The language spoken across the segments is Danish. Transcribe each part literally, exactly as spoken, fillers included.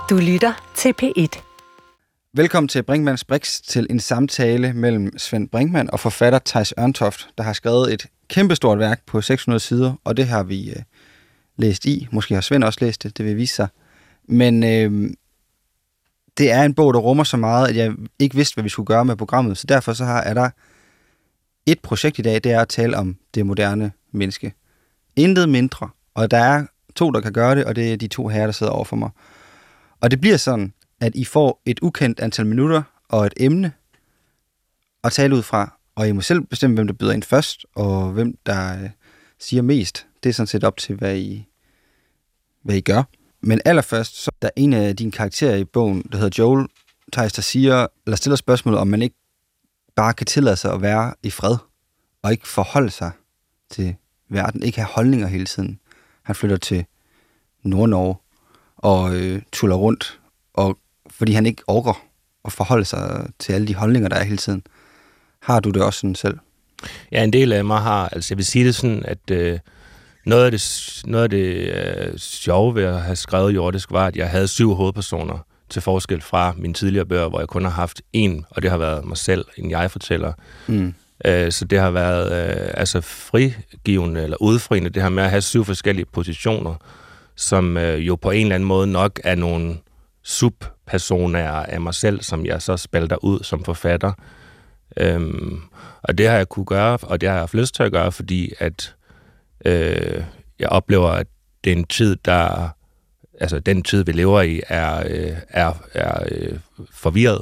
Du lytter til P et. Velkommen til Brinkmanns Brix, til en samtale mellem Svend Brinkmann og forfatter Theis Ørntoft, der har skrevet et kæmpestort værk på seks hundrede sider, og det har vi øh, læst i. Måske har Svend også læst det, det vil vise sig. Men øh, det er en bog, der rummer så meget, at jeg ikke vidste, hvad vi skulle gøre med programmet, så derfor så har, er der et projekt i dag, det er at tale om det moderne menneske. Intet mindre, og der er to, der kan gøre det, og det er de to herrer, der sidder over for mig. Og det bliver sådan, at I får et ukendt antal minutter og et emne at tale ud fra, og I må selv bestemme, hvem der byder ind først, og hvem der øh, siger mest. Det er sådan set op til, hvad I, hvad I gør. Men allerførst, så er der en af dine karakterer i bogen, der hedder Joel, Theis, der siger, eller stiller spørgsmålet, om man ikke bare kan tillade sig at være i fred, og ikke forholde sig til verden, ikke have holdninger hele tiden. Han flytter til Nord-Norge og øh, tuller rundt, og fordi han ikke orker at forholde sig til alle de holdninger, der er hele tiden. Har du det også sådan selv? Ja, en del af mig har. Altså, jeg vil sige det sådan, at øh, noget af det, noget af det øh, sjove ved at have skrevet jordisk var, at jeg havde syv hovedpersoner til forskel fra mine tidligere bøger, hvor jeg kun har haft en, og det har været mig selv, en jeg-fortæller. Mm. Øh, så det har været øh, altså frigivende eller udfriende, det her med at have syv forskellige positioner, som øh, jo på en eller anden måde nok er nogle subpersoner af mig selv, som jeg så spalter ud som forfatter. Øhm, og det har jeg kunne gøre, og det har jeg haft lyst til at gøre, fordi at øh, jeg oplever, at det er en tid, der, altså den tid, vi lever i, er, øh, er, er øh, forvirret.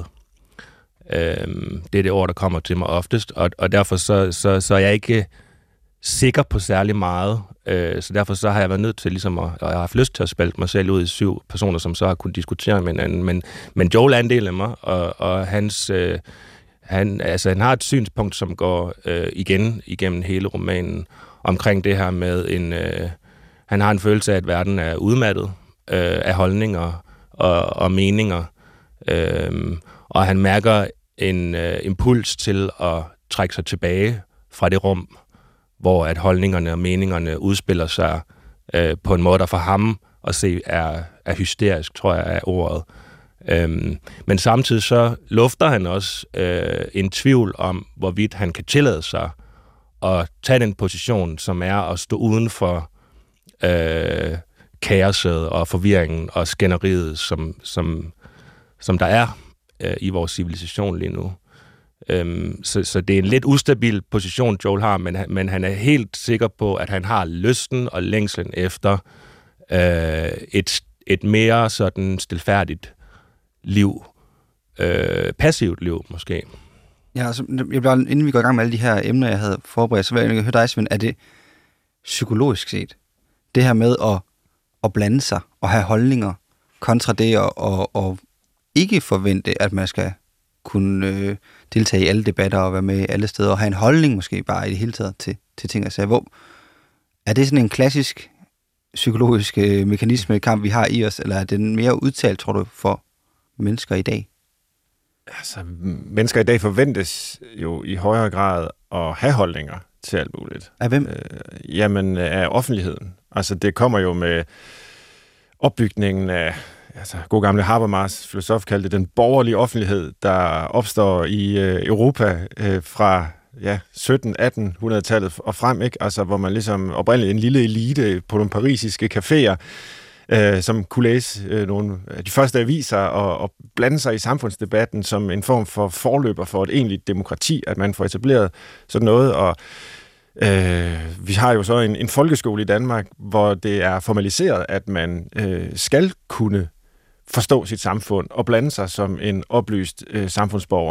Øhm, det er det ord, der kommer til mig oftest, og, og derfor så, så, så er jeg ikke sikker på særlig meget, øh, så derfor så har jeg været nødt til ligesom at, og jeg har haft lyst til at spalte mig selv ud i syv personer, som så har kunnet diskutere med hinanden, men, men Joel er en del af mig, og, og hans, øh, han, altså, han har et synspunkt, som går øh, igen igennem hele romanen, omkring det her med en, øh, han har en følelse af, at verden er udmattet øh, af holdninger og, og meninger, øh, og han mærker en øh, impuls til at trække sig tilbage fra det rum, hvor at holdningerne og meningerne udspiller sig øh, på en måde, der for ham at se er, er hysterisk, tror jeg er ordet. Øhm, men samtidig så lufter han også øh, en tvivl om, hvorvidt han kan tillade sig at tage den position, som er at stå uden for øh, kaoset og forvirringen og skænderiet, som, som, som der er øh, i vores civilisation lige nu. Øhm, så, så det er en lidt ustabil position, Joel har, men, men han er helt sikker på, at han har lysten og længslen efter øh, et, et mere sådan stilfærdigt liv. Øh, passivt liv, måske. Ja, altså, jeg bliver, inden vi går i gang med alle de her emner, jeg havde forberedt, så vil jeg høre dig, Svend, er det psykologisk set, det her med at, at blande sig og have holdninger, kontra det at og, og ikke forvente, at man skal kunne øh, deltage i alle debatter og være med alle steder, og have en holdning måske bare i det hele taget til, til ting og sager. Hvor er det sådan en klassisk psykologisk øh, mekanisme kamp, vi har i os, eller er den mere udtalt, tror du, for mennesker i dag? Altså, mennesker i dag forventes jo i højere grad at have holdninger til alt muligt. Af hvem? Øh, jamen, af offentligheden. Altså, det kommer jo med opbygningen af altså, god gamle Habermas filosof kaldte det den borgerlige offentlighed, der opstår i øh, Europa øh, fra ja, sytten-atten-hundredetallet og frem, ikke? Altså, hvor man ligesom oprindeligt en lille elite på nogle parisiske caféer, øh, som kunne læse øh, nogle af de første aviser og, og blande sig i samfundsdebatten som en form for forløber for et egentligt demokrati, at man får etableret sådan noget, og Øh, vi har jo så en, en folkeskole i Danmark, hvor det er formaliseret, at man øh, skal kunne forstå sit samfund og blande sig som en oplyst øh, samfundsborger.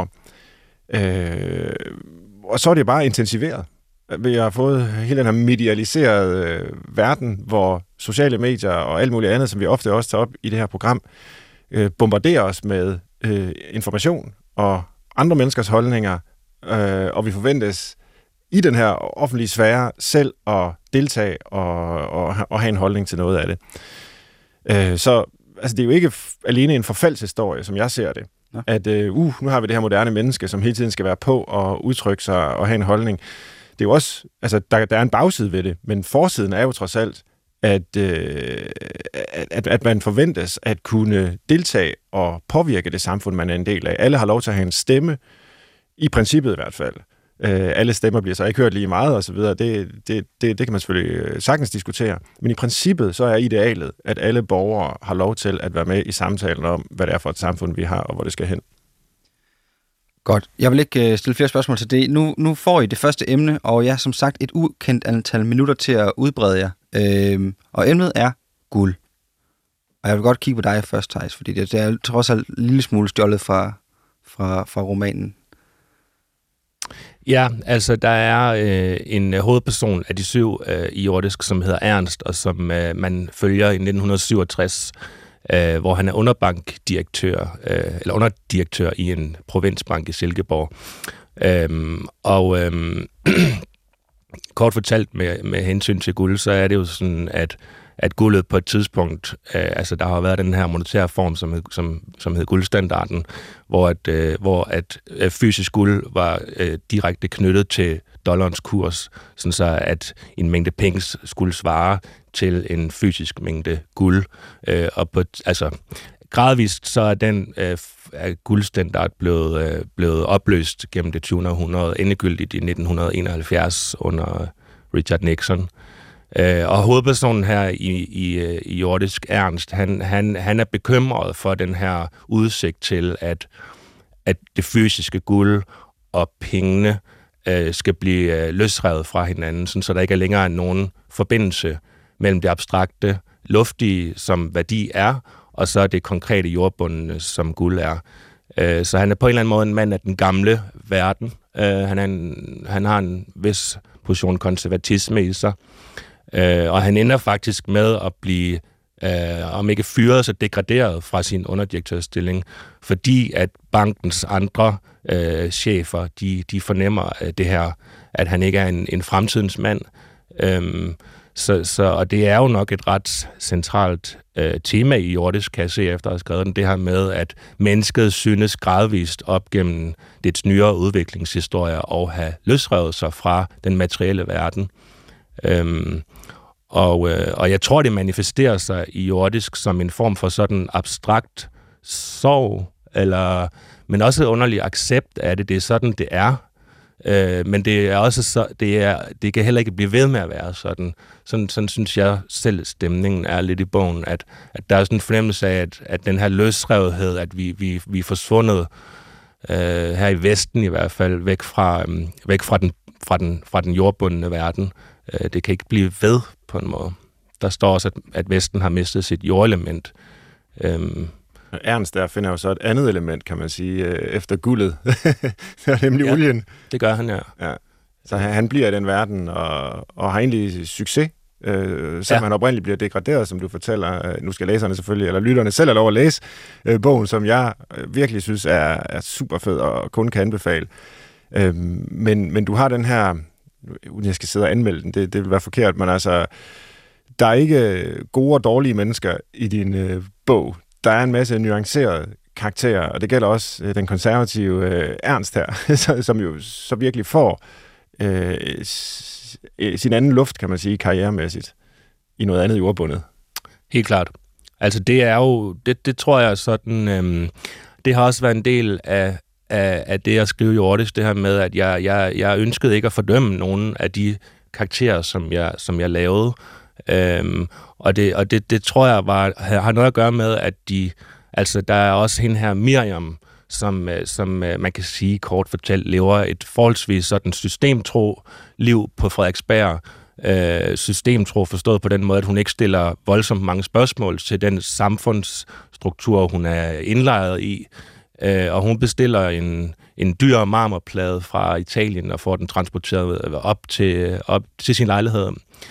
Øh, og så er det bare intensiveret. Vi har fået hele den her medialiserede øh, verden, hvor sociale medier og alt muligt andet, som vi ofte også tager op i det her program, øh, bombarderer os med øh, information og andre menneskers holdninger, øh, og vi forventes i den her offentlige sfære selv at deltage og, og, og have en holdning til noget af det. Øh, så altså, det er jo ikke f- alene en forfaldshistorie, som jeg ser det. Ja. At øh, uh, nu har vi det her moderne menneske, som hele tiden skal være på og udtrykke sig og have en holdning. Det er jo også, altså der, der er en bagside ved det, men forsiden er jo trods alt, at, øh, at, at man forventes at kunne deltage og påvirke det samfund, man er en del af. Alle har lov til at have en stemme, i princippet i hvert fald. Øh, alle stemmer bliver så ikke hørt lige meget, og så videre. Det, det, det, det kan man selvfølgelig sagtens diskutere. Men i princippet så er idealet, at alle borgere har lov til at være med i samtalen om, hvad det er for et samfund, vi har, og hvor det skal hen. Godt. Jeg vil ikke stille flere spørgsmål til det. Nu, nu får I det første emne, og jeg har som sagt et ukendt antal minutter til at udbrede jer. Øhm, og emnet er guld. Og jeg vil godt kigge på dig først, Theis, fordi det, det er trods alt en lille smule stjålet fra, fra, fra romanen. Ja, altså der er øh, en hovedperson af de syv øh, i jordisk, som hedder Ernst, og som øh, man følger i nitten syvogtres, øh, hvor han er underbankdirektør, øh, eller underdirektør i en provinsbank i Silkeborg. Øhm, og øhm, kort fortalt med, med hensyn til guld, så er det jo sådan, at at guldet på et tidspunkt, øh, altså der har været den her monetære form, som, som, som hed guldstandarden, hvor at, øh, hvor at øh, fysisk guld var øh, direkte knyttet til dollarens kurs, sådan så at en mængde penge skulle svare til en fysisk mængde guld. Øh, og på, altså gradvist så er den øh, er guldstandard blevet, øh, blevet opløst gennem det tyvende århundrede, endegyldigt i nitten enoghalvfjerds under Richard Nixon. Uh, og hovedpersonen her i, i, i jordisk, Ernst, han, han, han er bekymret for den her udsigt til, at, at det fysiske guld og pengene uh, skal blive uh, løsrevet fra hinanden, sådan, så der ikke er længere nogen forbindelse mellem det abstrakte, luftige, som værdi er, og så det konkrete jordbundne, som guld er. Uh, så han er på en eller anden måde en mand af den gamle verden. Uh, han, er en, han har en vis portion konservatisme i sig. Uh, og han ender faktisk med at blive, uh, om ikke fyret, så degraderet fra sin underdirektørstilling, fordi at bankens andre uh, chefer, de, de fornemmer uh, det her, at han ikke er en, en fremtidens mand. Um, så, så, og det er jo nok et ret centralt uh, tema i jordisk, kan jeg se efter at have skrevet den, det her med, at mennesket synes gradvist op gennem dets nyere udviklingshistorier og have løsrevet sig fra den materielle verden. Um, og, øh, og jeg tror, det manifesterer sig i jordisk som en form for sådan abstrakt sorg, eller, men også en underlig accept af det. Det er sådan, det er. Øh, men det er også så, det, er, det kan heller ikke blive ved med at være sådan. Sådan, sådan synes jeg selv, stemningen er lidt i bogen, at, at der er sådan en fornemmelse af, at, at den her løsrevethed, at vi, vi, vi er forsvundet øh, her i Vesten i hvert fald, væk fra, øh, væk fra den, fra den, fra den jordbundne verden. Det kan ikke blive ved på en måde. Der står også, at, at Vesten har mistet sit jordelement. Øhm. Ernst der finder jo så et andet element, kan man sige, efter guldet. Det er nemlig ja, olien. Det gør han, ja. ja. Så han, han bliver i den verden, og, og har egentlig succes. Øh, selvom ja. han oprindeligt bliver degraderet, som du fortæller. Nu skal læserne selvfølgelig, eller lytterne selv have lov at læse øh, bogen, som jeg virkelig synes er, er super fed og kun kan anbefale. Øh, men, men du har den her... uden jeg skal sidde og anmelde den, det, det vil være forkert, men altså, der er ikke gode og dårlige mennesker i din øh, bog. Der er en masse nuancerede karakterer, og det gælder også øh, den konservative øh, Ernst her, som jo så virkelig får øh, sin anden luft, kan man sige, karrieremæssigt, i noget andet jordbundet. Helt klart. Altså det er jo, det, det tror jeg sådan, øhm, det har også været en del af Af, af det at skrive jordisk, det her med, at jeg, jeg, jeg ønskede ikke at fordømme nogen af de karakterer, som jeg, som jeg lavede. Øhm, og det, og det, det tror jeg var, har noget at gøre med, at de, altså der er også hende her Miriam, som, som man kan sige kort fortalt lever et forholdsvis sådan systemtro liv på Frederiksberg. Øh, systemtro forstået på den måde, at hun ikke stiller voldsomt mange spørgsmål til den samfundsstruktur, hun er indlejret i. Uh, og hun bestiller en, en dyr marmorplade fra Italien og får den transporteret op til, op til sin lejlighed.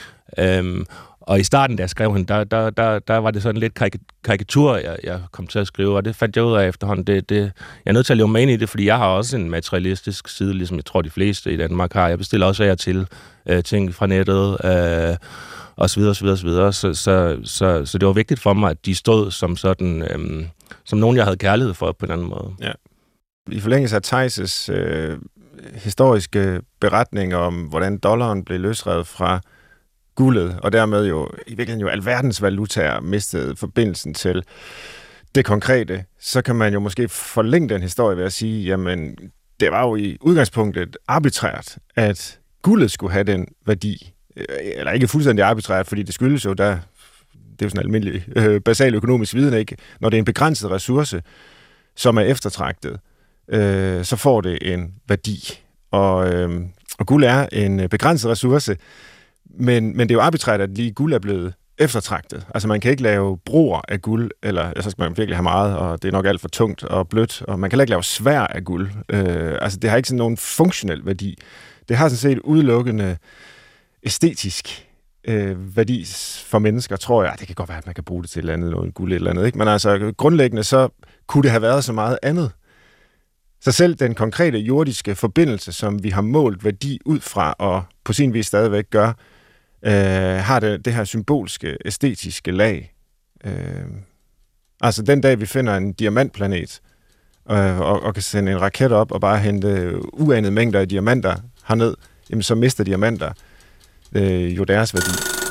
Um, og i starten, da jeg skrev hende, der, der, der, der var det sådan lidt karik- karikatur, jeg, jeg kom til at skrive, og det fandt jeg ud af efterhånden. Det, det, jeg er nødt til at leve mig ind i det, fordi jeg har også en materialistisk side, ligesom jeg tror, de fleste i Danmark har. Jeg bestiller også af til uh, ting fra nettet, uh, og så videre, og så videre, og så videre. Så, så, så, så det var vigtigt for mig, at de stod som sådan... Um, som nogen, jeg havde kærlighed for på en anden måde. Ja. I forlængelse af Theis' øh, historiske beretning om, hvordan dollaren blev løsrevet fra guldet, og dermed jo i virkeligheden jo alverdens valutaer mistede forbindelsen til det konkrete, så kan man jo måske forlænge den historie ved at sige, jamen, det var jo i udgangspunktet arbitrært, at guldet skulle have den værdi. Eller ikke fuldstændig arbitrært, fordi det skyldes jo, der, det er jo sådan en almindelig øh, basal økonomisk viden, ikke? Når det er en begrænset ressource, som er eftertragtet, øh, så får det en værdi. Og, øh, og guld er en begrænset ressource, men, men det er jo arbitrært, at lige guld er blevet eftertragtet. Altså man kan ikke lave broer af guld, eller så skal man virkelig have meget, og det er nok alt for tungt og blødt, og man kan ikke lave svær af guld. Øh, altså det har ikke sådan nogen funktionel værdi. Det har sådan set udelukkende æstetisk øh, værdi for mennesker, tror jeg. Det kan godt være, at man kan bruge det til et eller andet, noget guld eller andet, ikke? Men altså grundlæggende, så kunne det have været så meget andet. Så selv den konkrete jordiske forbindelse, som vi har målt værdi ud fra, og på sin vis stadigvæk gør, øh, har det, det her symbolske, æstetiske lag. Øh, altså den dag, vi finder en diamantplanet, øh, og, og kan sende en raket op og bare hente uanede mængder af diamanter herned, jamen så mister diamanter øh, jo deres værdi.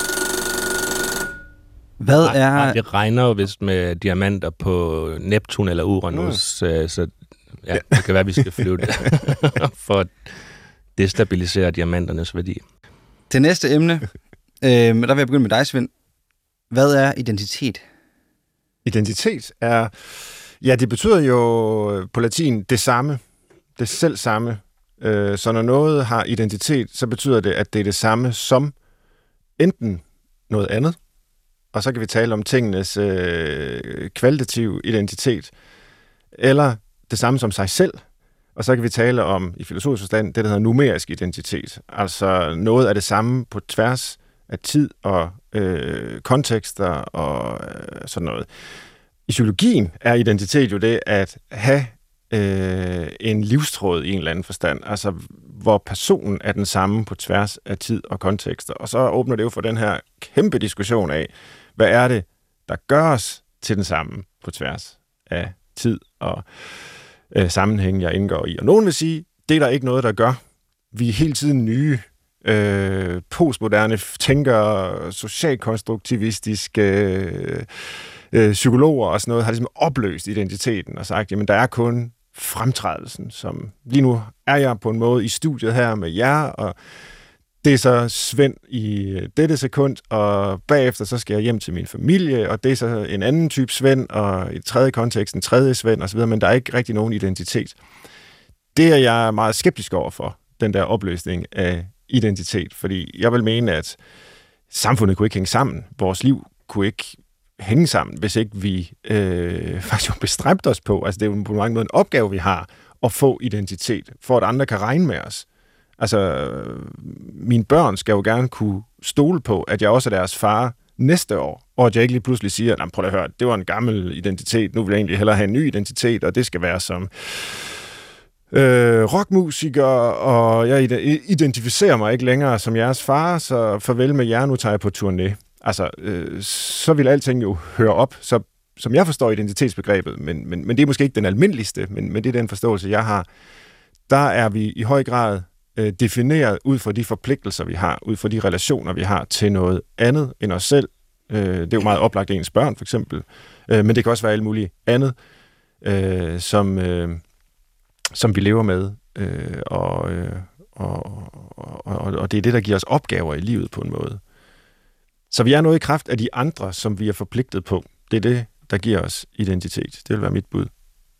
Hvad nej, er... nej, det regner jo vist med diamanter på Neptun eller Uranus, mm. så ja, det kan være, at vi skal flyve det for at destabilisere diamanternes værdi. Det næste emne, øh, der vil jeg begynde med dig, Svend. Hvad er identitet? Identitet er... Ja, det betyder jo på latin det samme. Det selv samme. Øh, så når noget har identitet, så betyder det, at det er det samme som enten noget andet, og så kan vi tale om tingenes øh, kvalitative identitet, eller det samme som sig selv, og så kan vi tale om, i filosofisk forstand, det der hedder numerisk identitet. Altså noget af det samme på tværs af tid og øh, kontekster og øh, sådan noget. I psykologien er identitet jo det at have øh, en livstråd i en eller anden forstand, altså hvor personen er den samme på tværs af tid og kontekster. Og så åbner det jo for den her kæmpe diskussion af, hvad er det, der gør os til den samme på tværs af tid og øh, sammenhæng, jeg indgår i. Og nogen vil sige, det er der ikke noget, der gør. Vi er hele tiden nye, øh, postmoderne tænkere, socialkonstruktivistiske øh, øh, psykologer og sådan noget, har ligesom opløst identiteten og sagt, jamen der er kun fremtrædelsen, som lige nu er jeg på en måde i studiet her med jer, og det er så Svend i dette sekund, og bagefter så skal jeg hjem til min familie, og det er så en anden type Svend, og i tredje kontekst en tredje Svend osv., men der er ikke rigtig nogen identitet. Det er jeg meget skeptisk over for, den der opløsning af identitet, fordi jeg vil mene, at samfundet kunne ikke hænge sammen. Vores liv kunne ikke hænge sammen, hvis ikke vi øh, faktisk bestræbte os på, altså det er jo på mange måder en opgave, vi har, at få identitet, for at andre kan regne med os. Altså, mine børn skal jo gerne kunne stole på, at jeg også er deres far næste år, og at jeg ikke lige pludselig siger, nej, prøv at høre, det var en gammel identitet, nu vil jeg egentlig hellere have en ny identitet, og det skal være som øh, rockmusiker, og jeg identificerer mig ikke længere som jeres far, så farvel med jer, nu tager jeg på turné. Altså, øh, så vil alting jo høre op, så som jeg forstår identitetsbegrebet, men, men, men det er måske ikke den almindeligste, men, men det er den forståelse, jeg har, der er vi i høj grad øh, defineret ud fra de forpligtelser, vi har, ud fra de relationer, vi har til noget andet end os selv. Øh, det er jo meget oplagt ens børn, for eksempel, øh, men det kan også være alt muligt andet, øh, som, øh, som vi lever med, øh, og, øh, og, og, og det er det, der giver os opgaver i livet på en måde. Så vi er noget i kraft af de andre, som vi er forpligtet på. Det er det, der giver os identitet. Det vil være mit bud.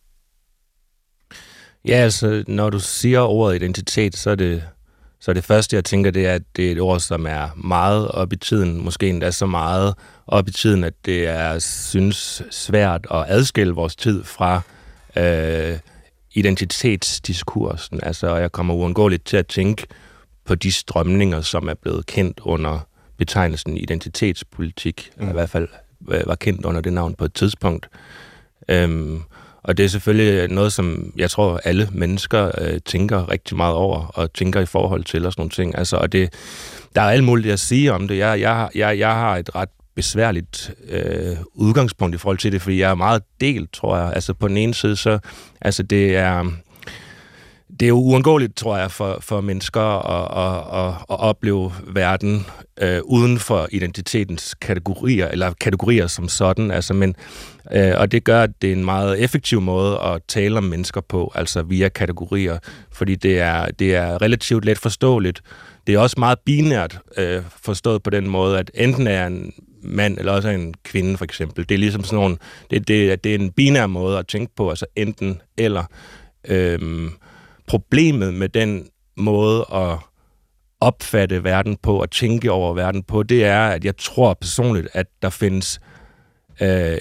Ja, altså, når du siger ordet identitet, så er det, så er det første, jeg tænker, det er, at det er et ord, som er meget op i tiden. Måske endda så meget op i tiden, at det er, synes, svært at adskille vores tid fra øh, identitetsdiskursen. Altså, jeg kommer uundgåeligt til at tænke på de strømninger, som er blevet kendt under betegnelsen identitetspolitik, mm. eller i hvert fald var kendt under det navn på et tidspunkt. Øhm, og det er selvfølgelig noget, som jeg tror, alle mennesker øh, tænker rigtig meget over, og tænker i forhold til og sådan nogle ting. Altså, og det, der er alt muligt at sige om det. Jeg, jeg, jeg, jeg har et ret besværligt øh, udgangspunkt i forhold til det, fordi jeg er meget delt, tror jeg. Altså på den ene side, så altså det er... det er jo uundgåeligt, tror jeg, for, for mennesker at, at, at, at opleve verden øh, uden for identitetens kategorier, eller kategorier som sådan. Altså, men, øh, og det gør, at det er en meget effektiv måde at tale om mennesker på, altså via kategorier, fordi det er, det er relativt let forståeligt. Det er også meget binært øh, forstået på den måde, at enten er en mand eller også en kvinde, for eksempel. Det er ligesom sådan nogle, det, det, det er en binær måde at tænke på, altså enten eller. Øh, Problemet med den måde at opfatte verden på og tænke over verden på, det er, at jeg tror personligt, at der findes øh,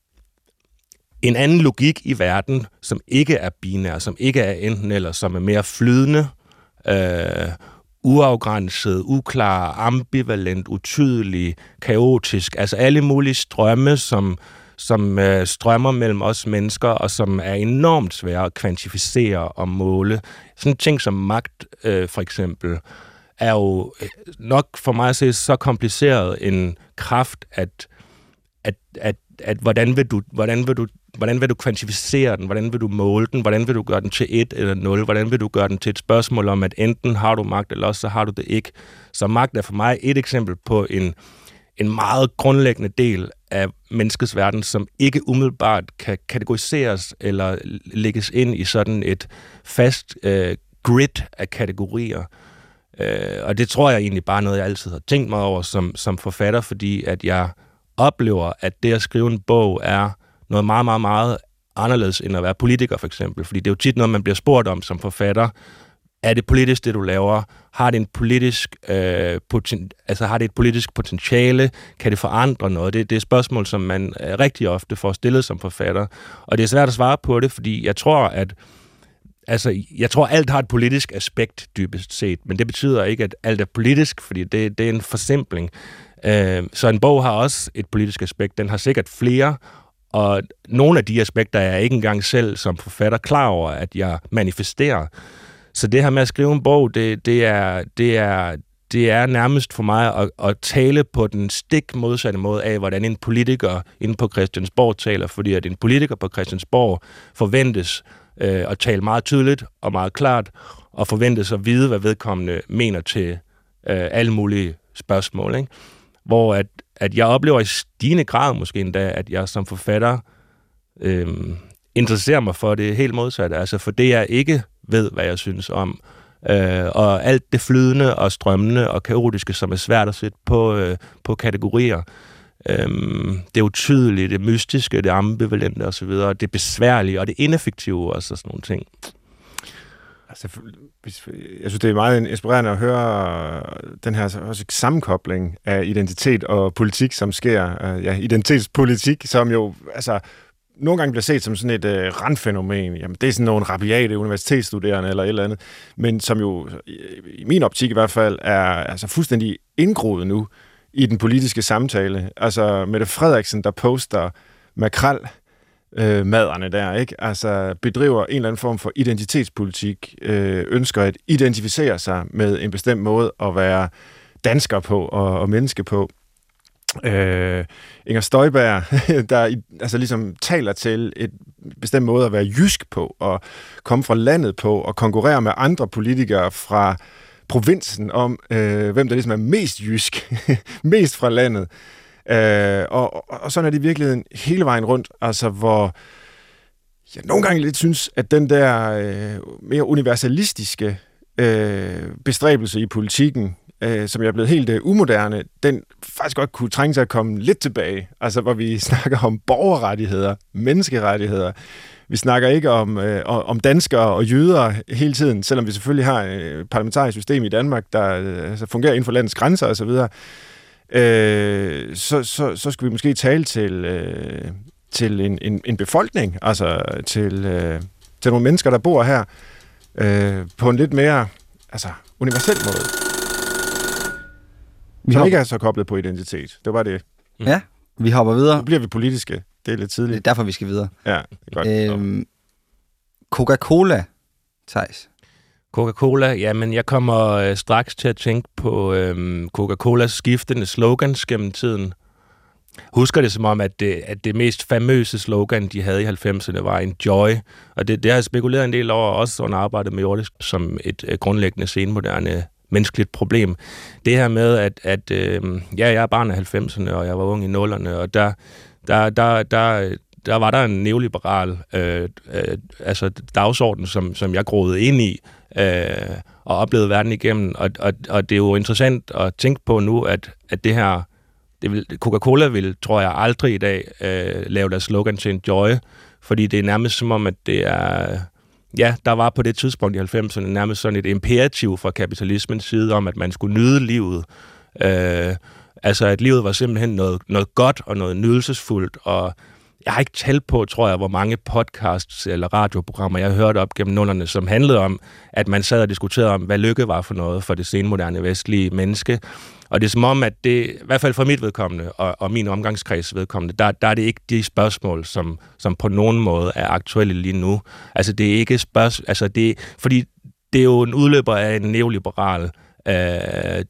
en anden logik i verden, som ikke er binær, som ikke er enten eller, som er mere flydende, øh, uafgrænset, uklar, ambivalent, utydelig, kaotisk. Altså alle mulige strømme, som som øh, strømmer mellem os mennesker, og som er enormt svære at kvantificere og måle. Sådan en ting som magt, øh, for eksempel, er jo nok for mig at se så kompliceret en kraft, at, at, at, at hvordan, vil du, hvordan, vil du, hvordan vil du kvantificere den? Hvordan vil du måle den? Hvordan vil du gøre den til et eller nul? Hvordan vil du gøre den til et spørgsmål om, at enten har du magt, eller også så har du det ikke? Så magt er for mig et eksempel på en en meget grundlæggende del af menneskets verden, som ikke umiddelbart kan kategoriseres eller lægges ind i sådan et fast øh, grid af kategorier. Øh, og det tror jeg egentlig bare er noget, jeg altid har tænkt mig over som, som forfatter, fordi at jeg oplever, at det at skrive en bog er noget meget, meget, meget anderledes end at være politiker, for eksempel. Fordi det er jo tit noget, man bliver spurgt om som forfatter. Er det politisk, det du laver? Har det en politisk, øh, poten, altså har det et politisk potentiale? Kan det forandre noget? Det, det er et spørgsmål, som man rigtig ofte får stillet som forfatter. Og det er svært at svare på det, fordi jeg tror, at altså, jeg tror, alt har et politisk aspekt, dybest set. Men det betyder ikke, at alt er politisk, fordi det, det er en forsimpling. Øh, så en bog har også et politisk aspekt. Den har sikkert flere, og nogle af de aspekter er jeg ikke engang selv som forfatter klar over, at jeg manifesterer. Så det her med at skrive en bog, det, det, er, det, er, det er nærmest for mig at, at tale på den stik modsatte måde af, hvordan en politiker inde på Christiansborg taler, fordi at en politiker på Christiansborg forventes øh, at tale meget tydeligt og meget klart, og forventes at vide, hvad vedkommende mener til øh, alle mulige spørgsmål. Ikke? Hvor at, at jeg oplever i stigende grad måske endda, at jeg som forfatter øh, interesserer mig for det helt modsatte. Altså for det, jeg ikke ved, hvad jeg synes om. Øh, og alt det flydende og strømmende og kaotiske, som er svært at sætte på, øh, på kategorier. Øh, det er utydelige, det mystiske, det ambivalente osv., det besværlige og det ineffektive og sådan nogle ting. Altså, jeg synes, det er meget inspirerende at høre den her også sammenkobling af identitet og politik, som sker. Ja, identitetspolitik, som jo altså nogle gange bliver set som sådan et øh, randfænomen. Jamen, det er sådan nogle rabiate universitetsstuderende eller et eller andet, men som jo, i min optik i hvert fald, er altså fuldstændig indgroet nu i den politiske samtale. Altså, Mette Frederiksen, der poster makrel, øh, maderne der, ikke? Altså, bedriver en eller anden form for identitetspolitik, øh, ønsker at identificere sig med en bestemt måde at være dansker på og, og menneske på. Øh, Inger Støjberg, der altså ligesom taler til et bestemt måde at være jysk på, og komme fra landet på, og konkurrere med andre politikere fra provinsen om, øh, hvem der ligesom er mest jysk, mest fra landet. Øh, og, og sådan er det i virkeligheden hele vejen rundt, altså hvor jeg nogle gange lidt synes, at den der øh, mere universalistiske øh, bestræbelse i politikken, øh, som jeg er blevet helt øh, umoderne, den faktisk godt kunne trænge sig at komme lidt tilbage. Altså hvor vi snakker om borgerrettigheder, menneskerettigheder. Vi snakker ikke om, øh, om danskere og jøder hele tiden, selvom vi selvfølgelig har et parlamentarisk system i Danmark, der øh, altså fungerer inden for landets grænser osv., øh, så, så, så skal vi måske tale til, øh, til en, en, en befolkning, altså til, øh, til nogle mennesker, der bor her, øh, på en lidt mere altså, universel måde. Vi har ikke er så koblet på identitet. Det var det. Mm. Ja, vi hopper videre. Nu bliver vi politiske. Det er lidt tidligt. Det er derfor, vi skal videre. Ja, det er godt. Øhm, Coca-Cola, Theis. Coca-Cola, jamen jeg kommer øh, straks til at tænke på øh, Coca-Colas skiftende slogans gennem tiden. husker det som om, at det, at det mest famøse slogan, de havde i halvfemserne, var Enjoy. Og det, det har jeg spekuleret en del over, også under arbejdet med jordisk, som et uh, grundlæggende senmoderne menneskeligt problem. Det her med, at, at uh, ja, jeg er barn af halvfemserne, og jeg var ung i nullerne, og der, der, der, der, der var der en neoliberal øh, øh, altså dagsorden, som, som jeg groede ind i, øh, og oplevede verden igennem. Og, og, og det er jo interessant at tænke på nu, at, at det her Det vil, Coca-Cola vil, tror jeg, aldrig i dag øh, lave deres slogan til Enjoy, fordi det er nærmest som om, at det er... Ja, der var på det tidspunkt i halvfemserne nærmest sådan et imperativ fra kapitalismens side om, at man skulle nyde livet. Øh, altså, at livet var simpelthen noget, noget godt og noget nydelsesfuldt, og jeg har ikke talt på, tror jeg, hvor mange podcasts eller radioprogrammer, jeg har hørt op gennem nullerne, som handlede om, at man sad og diskuterede om, hvad lykke var for noget for det senmoderne vestlige menneske. Og det er som om, at det, i hvert fald for mit vedkommende, og, og min omgangskreds vedkommende, der, der er det ikke de spørgsmål, som, som på nogen måde er aktuelle lige nu. Altså, det er ikke spørgsmål, altså det, fordi det er jo en udløber af en neoliberal øh,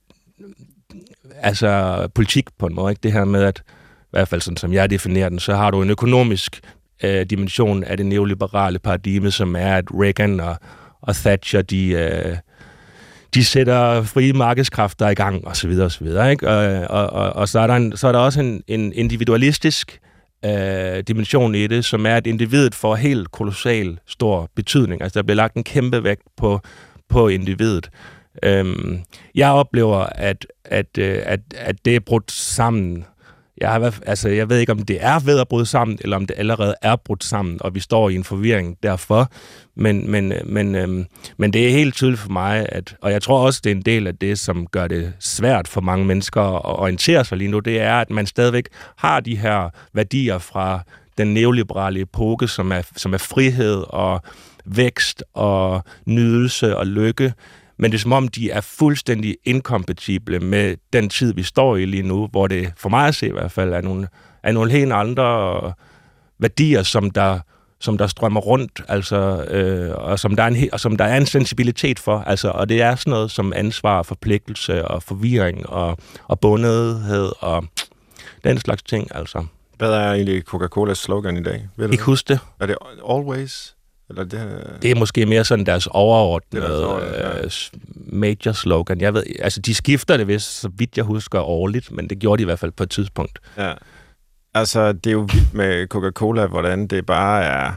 altså politik på en måde, ikke? Det her med, at i hvert fald sådan som jeg definerer den, så har du en økonomisk øh, dimension af det neoliberale paradigme, som er, at Reagan og, og Thatcher, de, øh, de sætter frie markedskræfter i gang, og så videre, og så videre, ikke? Og, og, og, og så, er der en, så er der også en, en individualistisk øh, dimension i det, som er, at individet får helt kolossal stor betydning. Altså, der bliver lagt en kæmpe vægt på, på individet. Øhm, jeg oplever, at, at, at, at det er brudt sammen. Jeg, har, altså, jeg ved ikke, om det er ved at bryde sammen, eller om det allerede er brudt sammen, og vi står i en forvirring derfor. Men, men, men, øhm, men det er helt tydeligt for mig, at, og jeg tror også, det er en del af det, som gør det svært for mange mennesker at orientere sig lige nu, det er, at man stadigvæk har de her værdier fra den neoliberale epoke, som er, som er frihed og vækst og nydelse og lykke. Men det er som om, de er fuldstændig inkompatible med den tid, vi står i lige nu, hvor det for mig at se i hvert fald er nogle, er nogle helt andre værdier, som der, som der strømmer rundt, altså, øh, og, som der er en, og som der er en sensibilitet for. Altså, og det er sådan noget som ansvar, forpligtelse og forvirring og, og bundethed og den slags ting. Altså. Hvad er egentlig Coca-Colas slogan i dag? Ved du ikke huske det. Er det always... Eller det, her... det er måske mere sådan deres overordnede deres ja. major slogan. Jeg ved, altså de skifter det vist, så vidt jeg husker, årligt, men det gjorde de i hvert fald på et tidspunkt. Ja. Altså, det er jo vildt med Coca-Cola, hvordan det bare er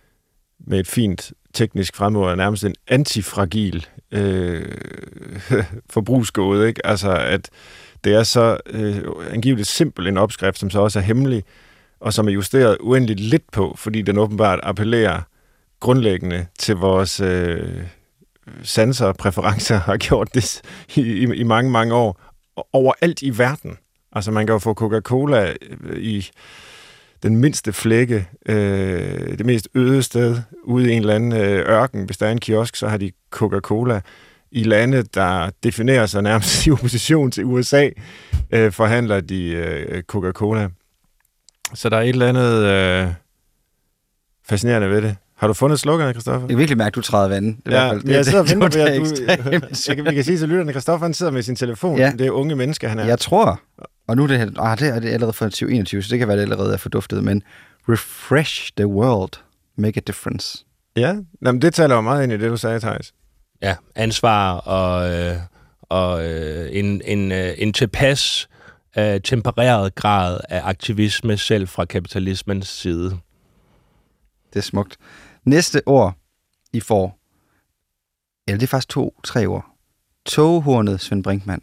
med et fint teknisk fremord, nærmest en antifragil øh, forbrugsgåde, ikke? Altså, at det er så øh, angiveligt simpel en opskrift, som så også er hemmelig, og som er justeret uendeligt lidt på, fordi den åbenbart appellerer grundlæggende til vores øh, sanser og præferencer, har gjort det i, i, i mange, mange år. Overalt i verden. Altså, man kan jo få Coca-Cola i den mindste flække, øh, det mest øde sted, ude i en eller anden øh, ørken. Hvis der er en kiosk, så har de Coca-Cola. I lande, der definerer sig nærmest i opposition til U S A, øh, forhandler de øh, Coca-Cola. Så der er et eller andet øh, fascinerende ved det. Har du fundet sloganet, Christoffer? Jeg kan virkelig mærke, at du træder vandet. Ja, jeg, jeg sidder og venter på, at du... Jeg kan, vi kan sige til lytterne, Christoffer han sidder med sin telefon. Ja. Det er unge mennesker, han er. Jeg tror, og nu er det, ah, det er det allerede fra tyve enogtyve, så det kan være, det allerede er forduftet, men refresh the world, make a difference. Ja, jamen, det taler jo meget ind i det, du sagde, Theis. Ja, ansvar og, øh, og øh, en, en, øh, en tilpas øh, tempereret grad af aktivisme selv fra kapitalismens side. Det er smukt. Næste ord, I får, eller det er faktisk to, tre ord. Togehornet Svend Brinkmann.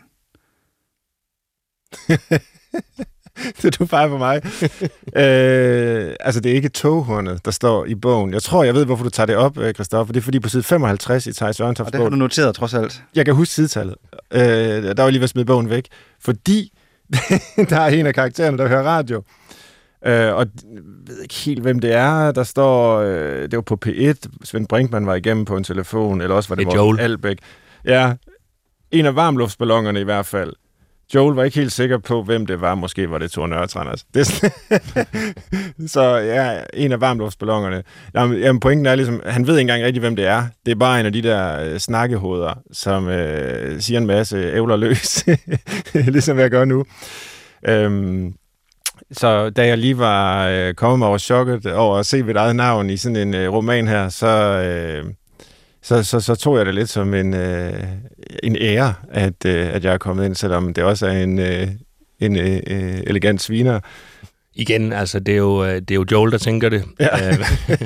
Det er du bare på mig. øh, altså, det er ikke toghornet, der står i bogen. Jeg tror, jeg ved, hvorfor du tager det op, Christoffer. Det er fordi på side femoghalvtreds i Theis Ørntofts bog. Og det har du noteret, trods alt. Jeg kan huske sidetallet. Øh, der var lige ved at smide bogen væk. Fordi der er en af karaktererne, der hører radio. Øh, og jeg ved ikke helt, hvem det er. Der står, øh, det var på P et. Svend Brinkmann var igennem på en telefon, eller også var det, det Morten Albæk. Ja, en af varmluftsballonerne i hvert fald. Joel var ikke helt sikker på, hvem det var. Måske var det Thor Nørretranders. Det så ja, en af varmluftsballonerne. Jamen, jamen, pointen er ligesom, han ved ikke engang rigtig, hvem det er. Det er bare en af de der øh, snakkehoveder, som øh, siger en masse ævler løs. Ligesom jeg gør nu. Øhm, Så da jeg lige var øh, kommet mig over chokket over at se mit eget navn i sådan en øh, roman her, så, øh, så, så, så tog jeg det lidt som en, øh, en ære, at, øh, at jeg er kommet ind, selvom det også er en, øh, en øh, elegant sviner. Igen, altså, det er jo, det er jo Joel, der tænker det. Ja.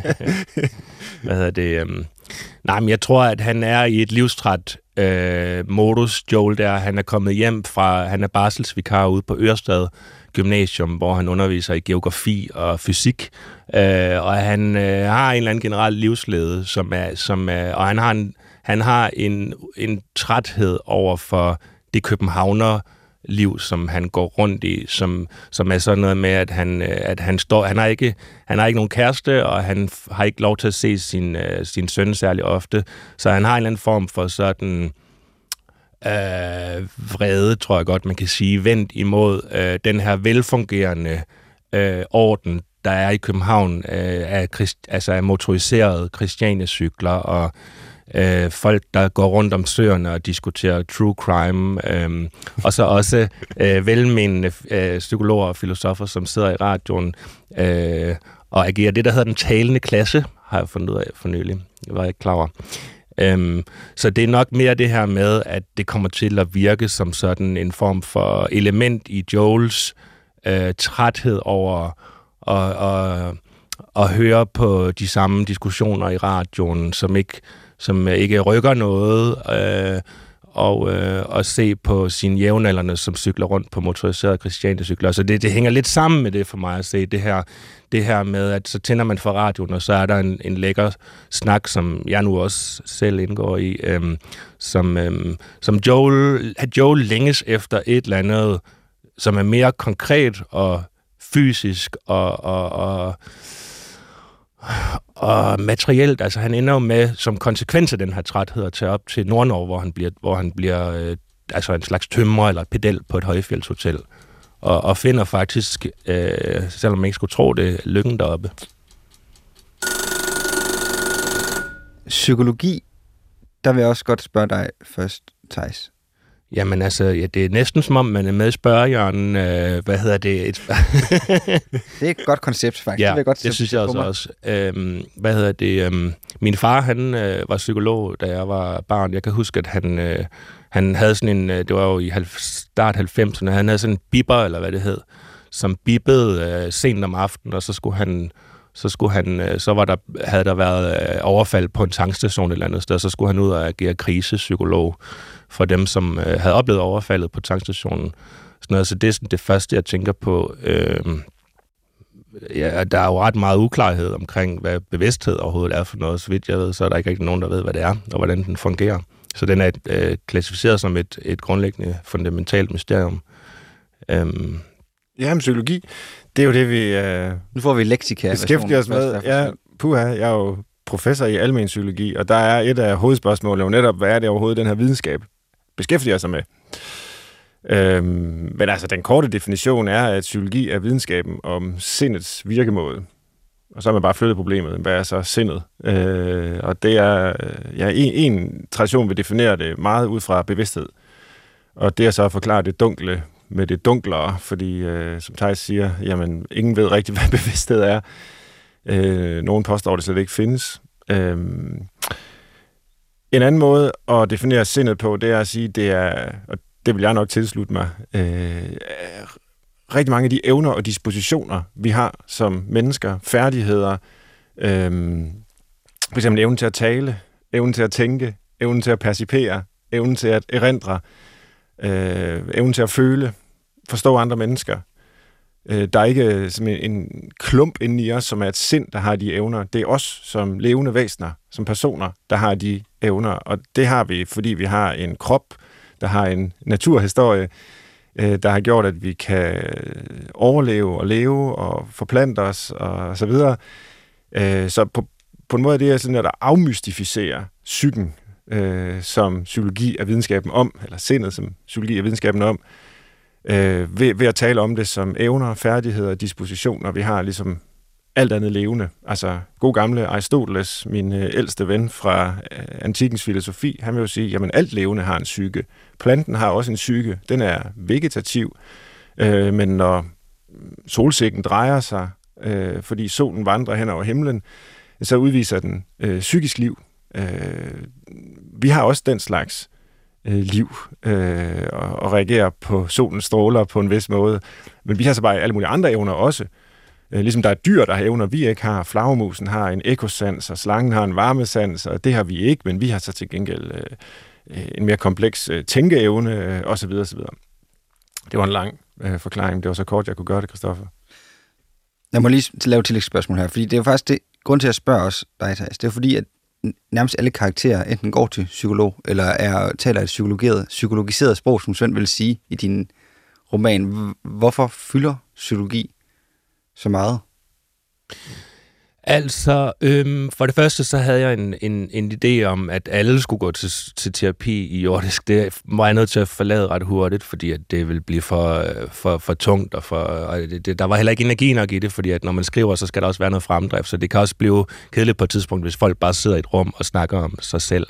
Hvad hedder det? Um... Nej, men jeg tror, at han er i et livstræt øh, modus, Joel der. Han er kommet hjem fra, han er barselsvikar ude på Ørestad Gymnasium, hvor han underviser i geografi og fysik. Øh, og han øh, har en eller anden generel livslede, som er, som er, og han har en, han har en, en træthed over for det københavner liv, som han går rundt i, som, som er sådan noget med, at han, at han står, han har ikke, han har ikke nogen kæreste, og han har ikke lov til at se sin, uh, sin søn særlig ofte, så han har en eller anden form for sådan uh, vrede, tror jeg godt, man kan sige, vendt imod uh, den her velfungerende uh, orden, der er i København, uh, af, Christ, altså af motoriserede Christiania-cykler, og Øh, folk, der går rundt om søerne og diskuterer true crime, øh, og så også øh, velmenende øh, psykologer og filosofer, som sidder i radioen øh, og agerer det, der hedder den talende klasse, har jeg fundet ud af for nylig. Jeg var ikke klar over. Øh, så det er nok mere det her med, at det kommer til at virke som sådan en form for element i Joels øh, træthed over at, at, at høre på de samme diskussioner i radioen, som ikke som ikke rykker noget, øh, og, øh, og se på sine jævnaldrende, som cykler rundt på motoriserede Christiania-cykler. Så det, det hænger lidt sammen med det for mig at se, det her, det her med, at så tænder man for radioen, og så er der en, en lækker snak, som jeg nu også selv indgår i, øh, som, øh, som Joel, Joel længes efter et eller andet, som er mere konkret og fysisk og, og, og og materielt, altså han ender jo med, som konsekvens af den her træthed, at tage op til Nordnorge, hvor han bliver, hvor han bliver øh, altså en slags tømrer eller pedel på et højfjeldshotel, og, og finder faktisk, øh, selvom man ikke skulle tro det, lykken deroppe. Psykologi, der vil jeg også godt spørge dig først, Theis. Jamen altså, ja, det er næsten som om, man er med i spørgehjørnen. Øh, hvad hedder det? Et det er et godt koncept, faktisk. Ja, det, vil jeg godt det synes jeg også. også. Øhm, hvad hedder det? Øhm, min far, han øh, var psykolog, da jeg var barn. Jeg kan huske, at han, øh, han havde sådan en, øh, det var jo i start halvfemserne, han havde sådan en bipper, eller hvad det hed, som bippede øh, sent om aftenen, og så skulle han... Så, skulle han, øh, så var der, havde der været øh, overfald på en tankstation et eller andet sted, så skulle han ud og agere krisepsykolog for dem, som øh, havde oplevet overfaldet på tankstationen. Sådan noget. Så det er sådan det første, jeg tænker på. Øh, ja, der er jo ret meget uklarhed omkring, hvad bevidsthed overhovedet er for noget. Så vidt jeg ved, så er der ikke rigtig nogen, der ved, hvad det er, og hvordan den fungerer. Så den er øh, klassificeret som et, et grundlæggende fundamentalt mysterium. Øh, Ja, men psykologi, det er jo det, vi øh, nu får vi leksika. beskæftiger os med. Ja, puha, jeg er jo professor i almen psykologi, og der er et af hovedspørgsmålene jo netop, hvad er det overhovedet, den her videnskab beskæftiger sig med? Øhm, men altså, den korte definition er, at psykologi er videnskaben om sindets virkemåde. Og så har man bare flyttet problemet. Hvad er så sindet? Øh, og det er, ja, en, en tradition vil definere det meget ud fra bevidsthed. Og det er så at forklare det dunkle med det dunklere, fordi, øh, som Theis siger, jamen, ingen ved rigtigt, hvad bevidsthed er. Øh, nogen påstår, det slet ikke findes. Øh, en anden måde at definere sindet på, det er at sige, det er, og det vil jeg nok tilslutte mig, øh, rigtig mange af de evner og dispositioner, vi har som mennesker, færdigheder, øh, for eksempel evnen til at tale, evnen til at tænke, evnen til at percipere, evnen til at erindre, øh, evnen til at føle, forstå andre mennesker. Øh, der er ikke som en, en klump inde i os, som er et sind, der har de evner. Det er os som levende væsener, som personer, der har de evner. Og det har vi, fordi vi har en krop, der har en naturhistorie, øh, der har gjort, at vi kan overleve og leve og forplante os og så videre. Øh, så på, på en måde er det sådan, at afmystificere psyken, øh, som psykologi er videnskaben om, eller sindet som psykologi er videnskaben om, øh, ved, ved at tale om det som evner, færdigheder og dispositioner. Vi har ligesom alt andet levende. Altså, god gamle Aristoteles, min øh, ældste ven fra øh, antikkens filosofi, han vil jo sige, jamen alt levende har en psyke. Planten har også en psyke. Den er vegetativ, øh, men når solsikken drejer sig, øh, fordi solen vandrer hen over himlen, så udviser den øh, psykisk liv. Øh, vi har også den slags øh, liv, øh, og, og reagerer på solens stråler på en vis måde. Men vi har så bare alle mulige andre evner også. Øh, ligesom der er dyr, der har evner, vi ikke har. Flagermusen har en ekosans, og slangen har en varmesans, og det har vi ikke, men vi har så til gengæld øh, en mere kompleks øh, tænkeevne, øh, osv. osv. Det var en lang øh, forklaring. Det var så kort, jeg kunne gøre det, Christoffer. Jeg må lige lave et tillægsspørgsmål her, fordi det er jo faktisk det, grund til at spørge os dig, Theis, det er fordi, at nærmest alle karakterer enten går til psykolog, eller er, taler et psykologiseret, psykologiseret sprog, som Svend vil sige i din roman. Hvorfor fylder psykologi så meget? Altså, øhm, for det første, så havde jeg en, en, en idé om, at alle skulle gå til, til terapi i jordisk. Det var jeg nødt til at forlade ret hurtigt, fordi at det ville blive for, for, for tungt, og, for, og det, det, der var heller ikke energi nok i det, fordi at når man skriver, så skal der også være noget fremdrift, så det kan også blive kedeligt på et tidspunkt, hvis folk bare sidder i et rum og snakker om sig selv.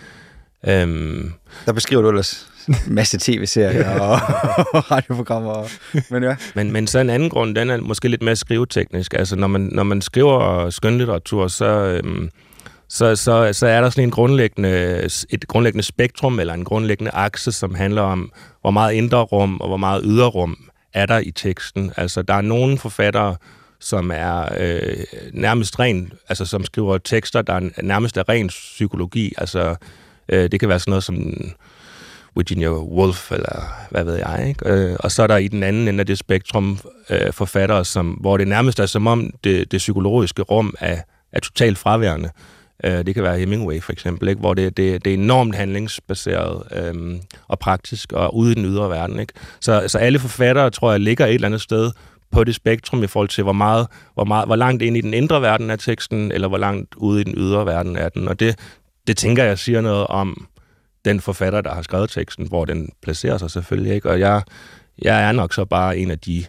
Øhm, der beskriver du ellers en masse tv-serier og, og radioprogrammer. Men, ja. men, men så en anden grund, den er måske lidt mere skriveteknisk. Altså, når man, når man skriver skønlitteratur, så, øhm, så, så, så er der sådan en grundlæggende, et grundlæggende spektrum, eller en grundlæggende akse, som handler om, hvor meget indre rum og hvor meget ydre rum er der i teksten. Altså, der er nogle forfattere, som er øh, nærmest ren, altså som skriver tekster, der er nærmest er ren psykologi. Altså, øh, det kan være sådan noget som Virginia Woolf, eller hvad ved jeg, ikke? Øh, og så er der i den anden ende af det spektrum øh, forfattere, som, hvor det nærmest er som om det, det psykologiske rum er, er totalt fraværende. Øh, det kan være Hemingway for eksempel, ikke? Hvor det, det, det er enormt handlingsbaseret øh, og praktisk og ude i den ydre verden. Ikke? Så, så alle forfattere, tror jeg, ligger et eller andet sted på det spektrum i forhold til, hvor, meget, hvor, meget, hvor langt ind i den indre verden er teksten, eller hvor langt ude i den ydre verden er den. Og det, det tænker jeg siger noget om den forfatter, der har skrevet teksten, hvor den placerer sig selvfølgelig, ikke? Og jeg, jeg er nok så bare en af de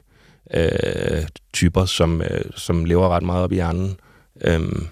øh, typer, som, øh, som lever ret meget op i hjernen. Øhm,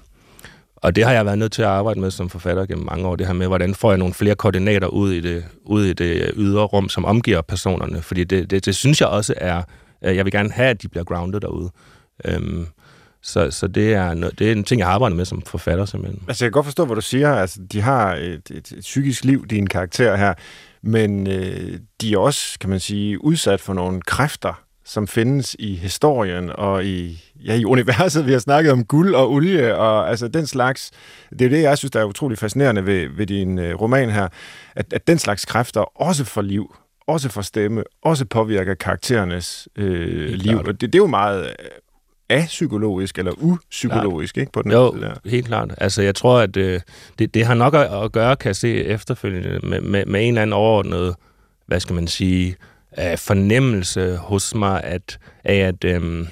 og det har jeg været nødt til at arbejde med som forfatter gennem mange år, det her med, hvordan får jeg nogle flere koordinater ud i det, ud i det ydre rum, som omgiver personerne. Fordi det, det, det synes jeg også er, jeg vil gerne have, at de bliver grounded derude. Øhm, Så, så det, er noget, det er en ting, jeg arbejder med som forfatter, simpelthen. Altså, jeg kan godt forstå, hvad du siger. Altså, de har et, et, et psykisk liv, dine karakterer her, men øh, de er også, kan man sige, udsat for nogle kræfter, som findes i historien og i, ja, i universet. Vi har snakket om guld og olie, og altså den slags. Det er det, jeg synes, der er utrolig fascinerende ved, ved din øh, roman her, at, at den slags kræfter også får liv, også får stemme, også påvirker karakterernes øh, liv. Og det, det er jo meget apsykologisk eller upsykologisk, ikke, på den jo, side der. Helt klart. Altså, jeg tror, at øh, det, det har nok at, at gøre, kan jeg se efterfølgende, med, med, med en eller anden overordnet, hvad skal man sige, øh, fornemmelse hos mig, at, af at, øh,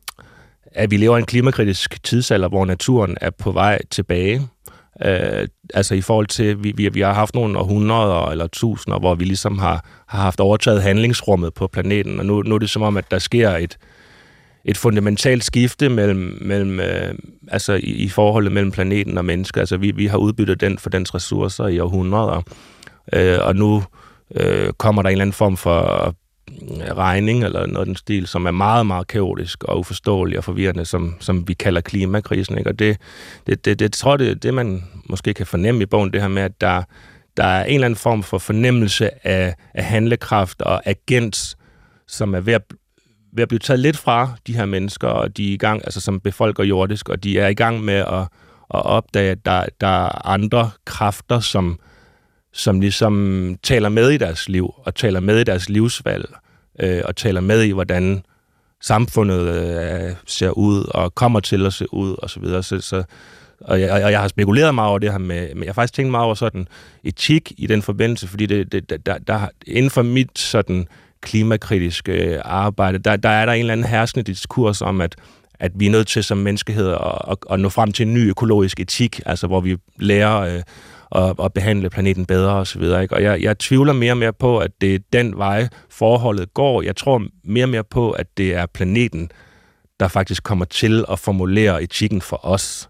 at vi lever i en klimakritisk tidsalder, hvor naturen er på vej tilbage. Øh, altså i forhold til, vi, vi, vi har haft nogle århundreder eller tusinder, hvor vi ligesom har, har haft overtaget handlingsrummet på planeten, og nu, nu er det som om, at der sker et et fundamentalt skifte mellem, mellem øh, altså i, i forholdet mellem planeten og mennesker. Altså vi, vi har udbyttet den for dens ressourcer i århundreder, øh, og nu øh, kommer der en eller anden form for regning eller noget af den stil, som er meget, meget kaotisk og uforståelig og forvirrende, som, som vi kalder klimakrisen. Ikke? Og det, det, det, det tror jeg, det, det man måske kan fornemme i bogen, det her med, at der, der er en eller anden form for fornemmelse af, af handlekraft og agens, som er ved at ved at blive taget lidt fra de her mennesker, og de er i gang, altså som befolker jordisk, og de er i gang med at, at opdage, at der, der er andre kræfter, som, som ligesom taler med i deres liv, og taler med i deres livsvalg, øh, og taler med i, hvordan samfundet øh, ser ud, og kommer til at se ud, og så videre. Så, så, og, jeg, og jeg har spekuleret meget over det her med, men jeg har faktisk tænkt meget over sådan etik i den forbindelse, fordi det, det, der, der, inden for mit sådan klimakritiske arbejde, der, der er der en eller anden herskende diskurs om, at, at vi er nødt til som menneskehed at, at, at nå frem til en ny økologisk etik, altså hvor vi lærer øh, at, at behandle planeten bedre og så videre. Ikke? Og jeg, jeg tvivler mere og mere på, at det er den vej, forholdet går. Jeg tror mere og mere på, at det er planeten, der faktisk kommer til at formulere etikken for os.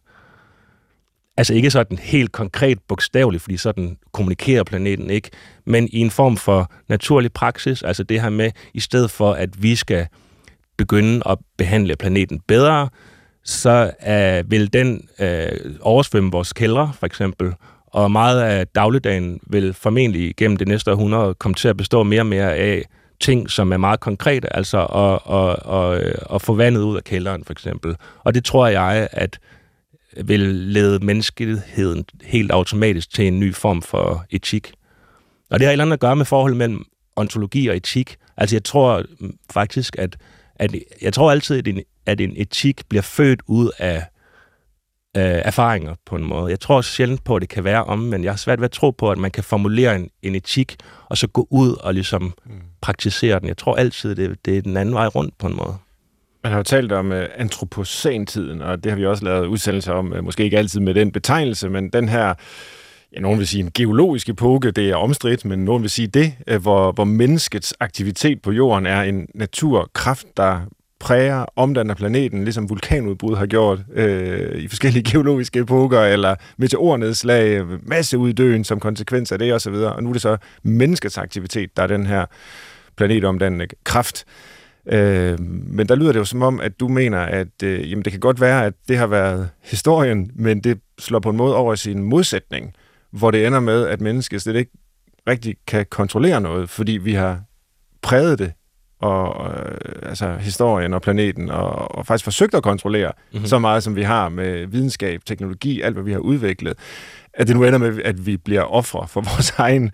Altså ikke sådan helt konkret bogstaveligt, fordi sådan kommunikerer planeten ikke, men i en form for naturlig praksis, altså det her med, i stedet for at vi skal begynde at behandle planeten bedre, så uh, vil den uh, oversvømme vores kældre, for eksempel, og meget af dagligdagen vil formentlig gennem det næste århundrede komme til at bestå mere og mere af ting, som er meget konkrete, altså at, at, at, at få vandet ud af kælderen, for eksempel. Og det tror jeg, at vil lede menneskeheden helt automatisk til en ny form for etik. Og det har et eller andet at gøre med forholdet mellem ontologi og etik. Altså jeg tror faktisk, at, at jeg tror altid, at en, at en etik bliver født ud af øh, erfaringer på en måde. Jeg tror sjældent på, at det kan være om, men jeg har svært ved at tro på, at man kan formulere en, en etik, og så gå ud og ligesom mm. praktisere den. Jeg tror altid, det, det er den anden vej rundt på en måde. Man har jo talt om uh, antropocentiden, og det har vi også lavet udsendelser om, uh, måske ikke altid med den betegnelse, men den her, ja, nogen vil sige en geologisk epoke, det er omstridt, men nogen vil sige det, uh, hvor, hvor menneskets aktivitet på jorden er en naturkraft, der præger, omdanner planeten, ligesom vulkanudbrud har gjort øh, i forskellige geologiske epoker, eller meteornedslag, masseuddøen som konsekvens af det osv. Og nu er det så menneskets aktivitet, der er den her planetomdannende kraft. Øh, men der lyder det jo som om, at du mener, at øh, jamen, det kan godt være, at det har været historien, men det slår på en måde over i sin modsætning, hvor det ender med, at mennesket slet ikke rigtig kan kontrollere noget, fordi vi har præget det, og øh, altså historien og planeten, og, og faktisk forsøgt at kontrollere mm-hmm. så meget, som vi har med videnskab, teknologi, alt hvad vi har udviklet, at det nu ender med, at vi bliver ofre for vores egen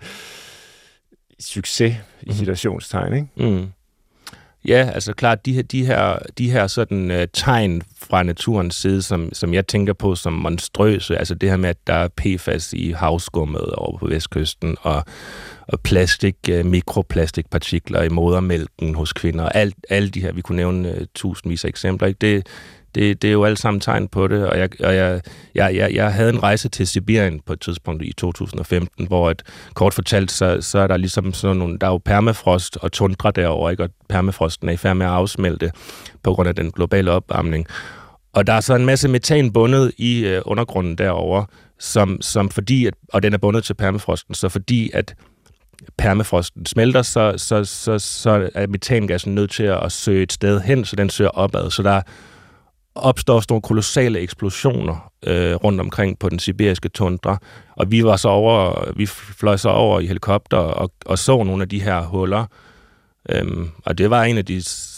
succes i citationstegn, ikke? Mm. Ja, altså klart, de her, de her, de her sådan uh, tegn fra naturens side, som, som jeg tænker på som monstrøse, altså det her med, at der er P F A S i havskummet over på vestkysten, og, og plastik, uh, mikroplastikpartikler i modermælken hos kvinder, og alt, alle de her, vi kunne nævne uh, tusindvis af eksempler, ikke? Det, det, det er jo alle sammen tegn på det, og, jeg, og jeg, jeg, jeg, jeg havde en rejse til Sibirien på et tidspunkt i to tusind og femten, hvor et kort fortalt, så, så er der ligesom sådan nogle, der er jo permafrost og tundra derovre, ikke? Og permafrosten er i færd med at afsmelte på grund af den globale opvarmning. Og der er så en masse metan bundet i øh, undergrunden derovre, som, som fordi, at, og den er bundet til permafrosten, så fordi at permafrosten smelter, så, så, så, så er metangassen nødt til at søge et sted hen, så den søger opad. Så der opstår store kolossale eksplosioner øh, rundt omkring på den sibiriske tundra, og vi var så over, vi fløj så over i helikopter og, og så nogle af de her huller, øhm, og det var en af de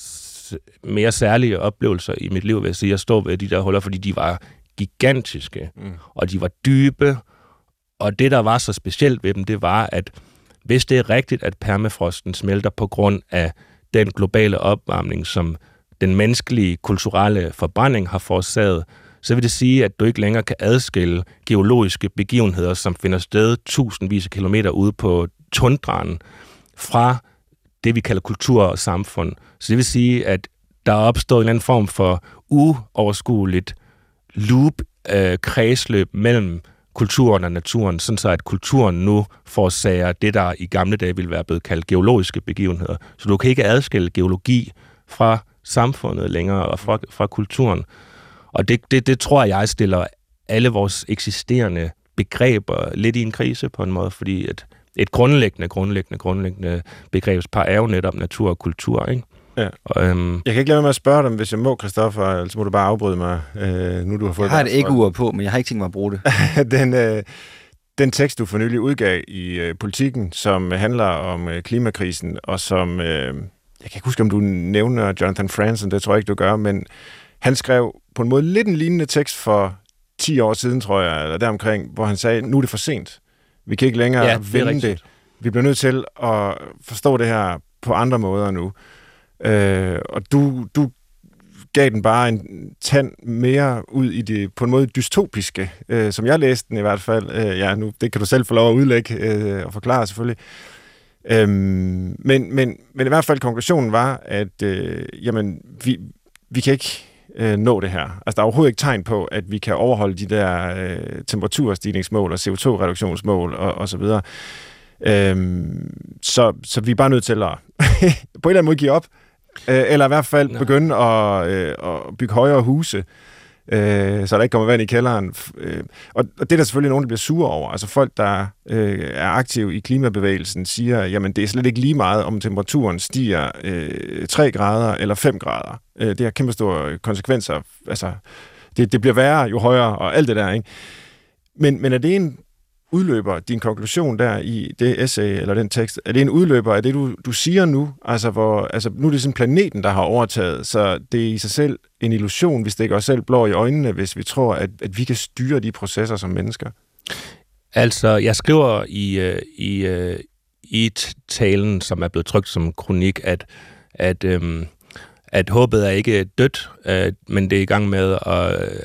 mere særlige oplevelser i mit liv, vil jeg sige, at stå ved de der huller, fordi de var gigantiske, mm. og de var dybe, og det, der var så specielt ved dem, det var, at hvis det er rigtigt, at permafrosten smelter på grund af den globale opvarmning, som den menneskelige kulturelle forbrænding har forårsaget, så vil det sige, at du ikke længere kan adskille geologiske begivenheder, som finder sted tusindvis af kilometer ude på tundraen, fra det, vi kalder kultur og samfund. Så det vil sige, at der er opstået en eller anden form for uoverskueligt loop, øh, kredsløb mellem kulturen og naturen, sådan så at kulturen nu forårsager det, der i gamle dage ville være blevet kaldt geologiske begivenheder. Så du kan ikke adskille geologi fra samfundet længere og fra, fra kulturen. Og det, det, det tror jeg stiller alle vores eksisterende begreber lidt i en krise på en måde, fordi et, et grundlæggende, grundlæggende, grundlæggende begrebspar er jo netop natur og kultur, ikke? Ja. Og, øhm, jeg kan ikke lade mig at spørge dig, hvis jeg må, Christoffer, ellers må du bare afbryde mig, øh, nu du har fået... Jeg har et æggeur på, men jeg har ikke tænkt mig at bruge det. den, øh, den tekst, du for nylig udgav i øh, Politikken, som handler om øh, klimakrisen, og som... Øh, jeg kan ikke huske, om du nævner Jonathan Franzen, det tror jeg ikke, du gør, men han skrev på en måde lidt en lignende tekst for ti år siden, tror jeg, eller deromkring, hvor han sagde, nu er det for sent. Vi kan ikke længere ja, det vende det. Vi bliver nødt til at forstå det her på andre måder nu. Øh, og du, du gav den bare en tand mere ud i det, på en måde dystopiske, øh, som jeg læste den i hvert fald. Øh, ja, nu, det kan du selv få lov at udlægge øh, og forklare selvfølgelig. Øhm, men, men, men i hvert fald konklusionen var, at øh, jamen, vi, vi kan ikke øh, nå det her. Altså, der er overhovedet ikke tegn på, at vi kan overholde de der øh, temperaturstigningsmål og C O to reduktionsmål og, og så videre. Øhm, så, så vi er bare nødt til at på en eller anden måde give op, øh, eller i hvert fald Nej. begynde at, øh, at bygge højere huse, øh, så der ikke kommer vand i kælderen. Øh, og, og det er der selvfølgelig nogen, der bliver sure over. Altså folk, der øh, er aktive i klimabevægelsen, siger, jamen det er slet ikke lige meget, om temperaturen stiger øh, tre grader eller fem grader. Øh, det har kæmpe store konsekvenser. Altså, det, det bliver værre jo højere, og alt det der, ikke? Men, men er det en udløber, din konklusion der i det essay, eller den tekst, er det en udløber af det, du, du siger nu? Altså, hvor, altså, nu er det sådan planeten, der har overtaget, så det er i sig selv en illusion, vi stikker os selv blå i øjnene, hvis vi tror, at, at vi kan styre de processer som mennesker. Altså, jeg skriver i, i, i talen, som er blevet trykt som kronik, at, at, øhm, at håbet er ikke dødt, øh, men det er i gang med at øh,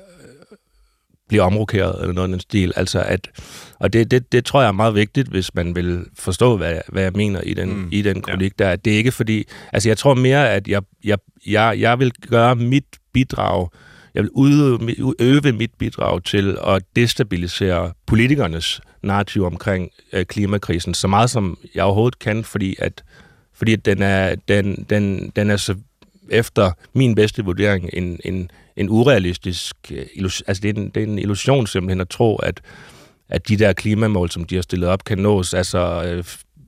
blive omrokeret, eller noget af den stil. Altså at, og det, det, det tror jeg er meget vigtigt, hvis man vil forstå, hvad, hvad jeg mener i den, mm. i den kronik ja. Der. Det er ikke fordi... Altså, jeg tror mere, at jeg, jeg, jeg, jeg vil gøre mit bidrag, jeg vil udøve, øve mit bidrag til at destabilisere politikernes narrativ omkring øh, klimakrisen, så meget som jeg overhovedet kan, fordi at, fordi at den, er, den, den, den er så efter min bedste vurdering en, en, en urealistisk illusion. Altså, det er en, det er en illusion simpelthen at tro, at, at de der klimamål, som de har stillet op, kan nås. Altså, øh,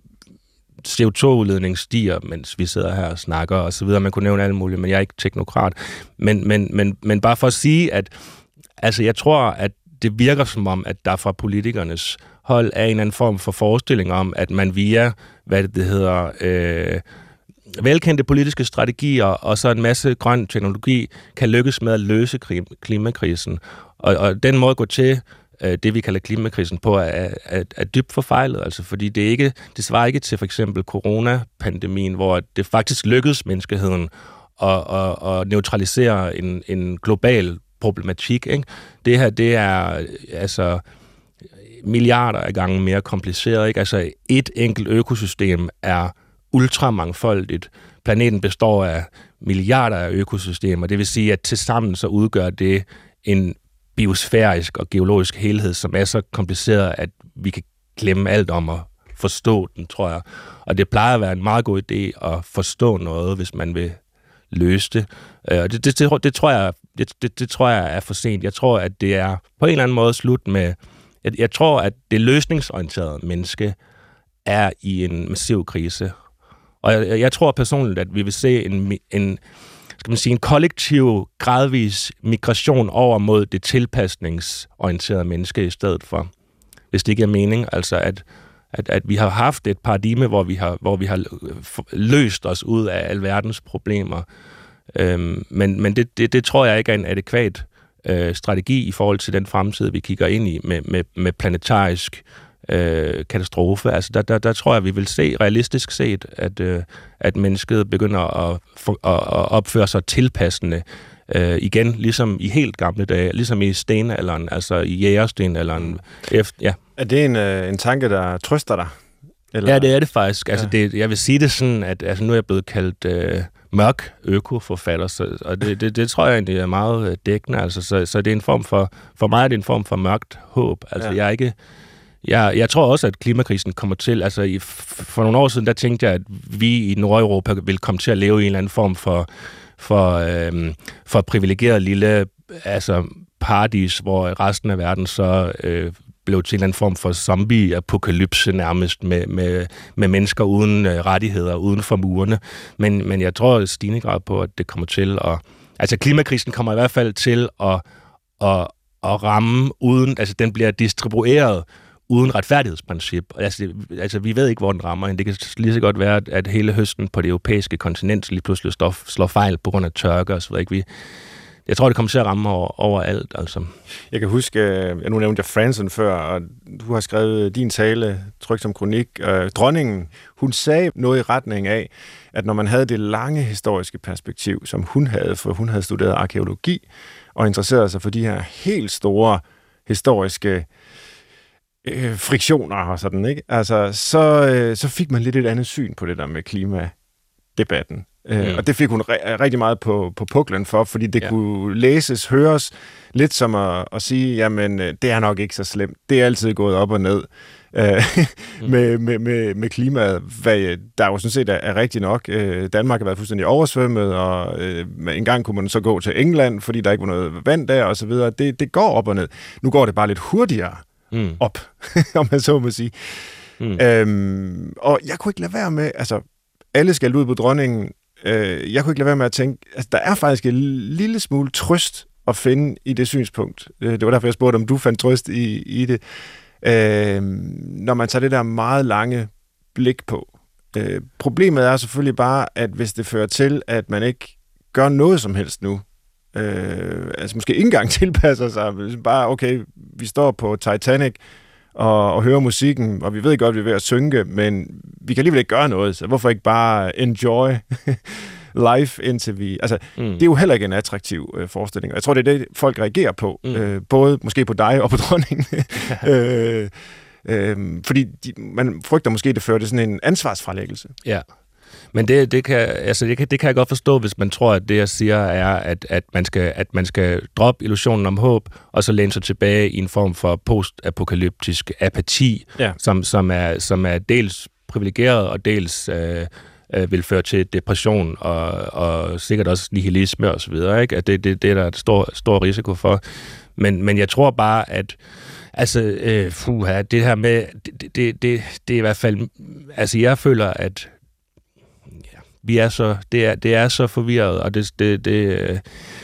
C O to udledning stiger, mens vi sidder her og snakker og så videre. Man kunne nævne alt muligt, men jeg er ikke teknokrat. Men, men, men, men bare for at sige, at altså, jeg tror, at det virker som om, at der fra politikernes hold er en eller anden form for forestilling om, at man via, hvad det hedder, øh, velkendte politiske strategier og så en masse grøn teknologi kan lykkes med at løse klimakrisen. Og, og den måde at gå til det, vi kalder klimakrisen på, er, er, er dybt forfejlet. Altså, fordi det, ikke, det svarer ikke til for eksempel coronapandemien, hvor det faktisk lykkedes menneskeheden at, at, at neutralisere en, en global problematik. Ikke? Det her, det er altså milliarder af gange mere kompliceret. Ikke? Altså, et enkelt økosystem er ultramangfoldigt. Planeten består af milliarder af økosystemer. Det vil sige, at tilsammen så udgør det en biosfærisk og geologisk helhed, som er så kompliceret, at vi kan glemme alt om at forstå den, tror jeg. Og det plejer at være en meget god idé at forstå noget, hvis man vil løse det. Og det, det, det, det, tror, jeg, det, det, det tror jeg er for sent. Jeg tror, at det er på en eller anden måde slut med... Jeg, jeg tror, at det løsningsorienterede menneske er i en massiv krise. Og jeg, jeg tror personligt, at vi vil se en... en skal man sige, en kollektiv, gradvis migration over mod det tilpasningsorienterede menneske i stedet for, hvis det giver mening. Altså, at, at, at vi har haft et paradigme, hvor vi har, hvor vi har løst os ud af alverdens problemer. Øhm, men men det, det, det tror jeg ikke er en adækvat øh, strategi i forhold til den fremtid, vi kigger ind i med, med, med planetarisk Øh, katastrofe. Altså der, der, der tror jeg, vi vil se realistisk set, at, øh, at mennesket begynder at, for, at, at opføre sig tilpassende øh, igen, ligesom i helt gamle dage, ligesom i stenalderen, altså i jægerstenalderen. Efter, ja. Er det en, øh, en tanke, der trøster dig? Eller? Ja, det er det faktisk. Altså, ja. det, jeg vil sige det sådan, at altså, nu er jeg blevet kaldt øh, mørk økoforfatter, så, og det, det, det tror jeg egentlig er meget dækkende. Altså, så, så det er en form for, for mig er det en form for mørkt håb. Altså, ja. jeg er ikke Jeg, jeg tror også, at klimakrisen kommer til... Altså, i, for nogle år siden, der tænkte jeg, at vi i Nordeuropa vil komme til at leve i en eller anden form for, for, øhm, for privilegeret lille altså, paradis, hvor resten af verden så øh, blev til en eller anden form for zombie-apokalypse nærmest, med, med, med mennesker uden øh, rettigheder, uden for murene. Men, men jeg tror i stigende grad på, at det kommer til at... Altså, klimakrisen kommer i hvert fald til at, at, at ramme uden... Altså, den bliver distribueret uden retfærdighedsprincip. Altså, altså, vi ved ikke, hvor den rammer. Det kan lige så godt være, at hele høsten på det europæiske kontinent lige pludselig står, slår fejl på grund af tørke og så videre. Vi, jeg tror, det kommer til at ramme over, overalt. Altså. Jeg kan huske, jeg nu nævnte jeg Franzen før, og du har skrevet din tale, trykt som kronik. Øh, dronningen, hun sagde noget i retning af, at når man havde det lange historiske perspektiv, som hun havde, for hun havde studeret arkæologi, og interesseret sig for de her helt store historiske Øh, friktioner og sådan, ikke? Altså, så, øh, så fik man lidt et andet syn på det der med klimadebatten. Øh, mm. Og det fik hun re- rigtig meget på, på puklen for, fordi det ja. kunne læses, høres lidt som at, at sige, jamen, det er nok ikke så slemt. Det er altid gået op og ned. øh, mm. med, med, med, med klimaet, hvad der jo sådan set er, er rigtigt nok. Øh, Danmark har været fuldstændig oversvømmet, og øh, en gang kunne man så gå til England, fordi der ikke var noget vand der, og så videre. Det, det går op og ned. Nu går det bare lidt hurtigere mm. op, om man så må sige. Mm. Øhm, og jeg kunne ikke lade være med, altså, alle skal ud på dronningen. Øh, jeg kunne ikke lade være med at tænke, altså, der er faktisk en lille smule trøst at finde i det synspunkt. Det var derfor, jeg spurgte, om du fandt trøst i, i det. Øh, når man tager det der meget lange blik på. Øh, problemet er selvfølgelig bare, at hvis det fører til, at man ikke gør noget som helst nu, øh, altså måske ikke engang tilpasser sig, bare, okay, vi står på Titanic og, og hører musikken, og vi ved godt, at vi er ved at synke, men vi kan alligevel ikke gøre noget, så hvorfor ikke bare enjoy life, indtil vi... Altså, mm. det er jo heller ikke en attraktiv øh, forestilling, og jeg tror, det er det, folk reagerer på, mm. øh, både måske på dig og på dronningen. øh, øh, fordi de, man frygter måske, det fører til sådan en ansvarsfralæggelse. Ja, men det, det, kan, altså, det, kan, det kan jeg godt forstå, hvis man tror, at det, jeg siger, er, at, at, man skal, at man skal droppe illusionen om håb, og så læne sig tilbage i en form for post-apokalyptisk apati, ja. som, som, er, som er dels privilegeret, og dels... Øh, vil føre til depression og, og sikkert også nihilisme og så videre, ikke? At det, det, det er der stor, stor risiko for. Men, men jeg tror bare, at altså, øh, fuha, det her med, det, det, det, det er i hvert fald, altså jeg føler, at ja, vi er så, det er, det er så forvirret, og det, det, det øh,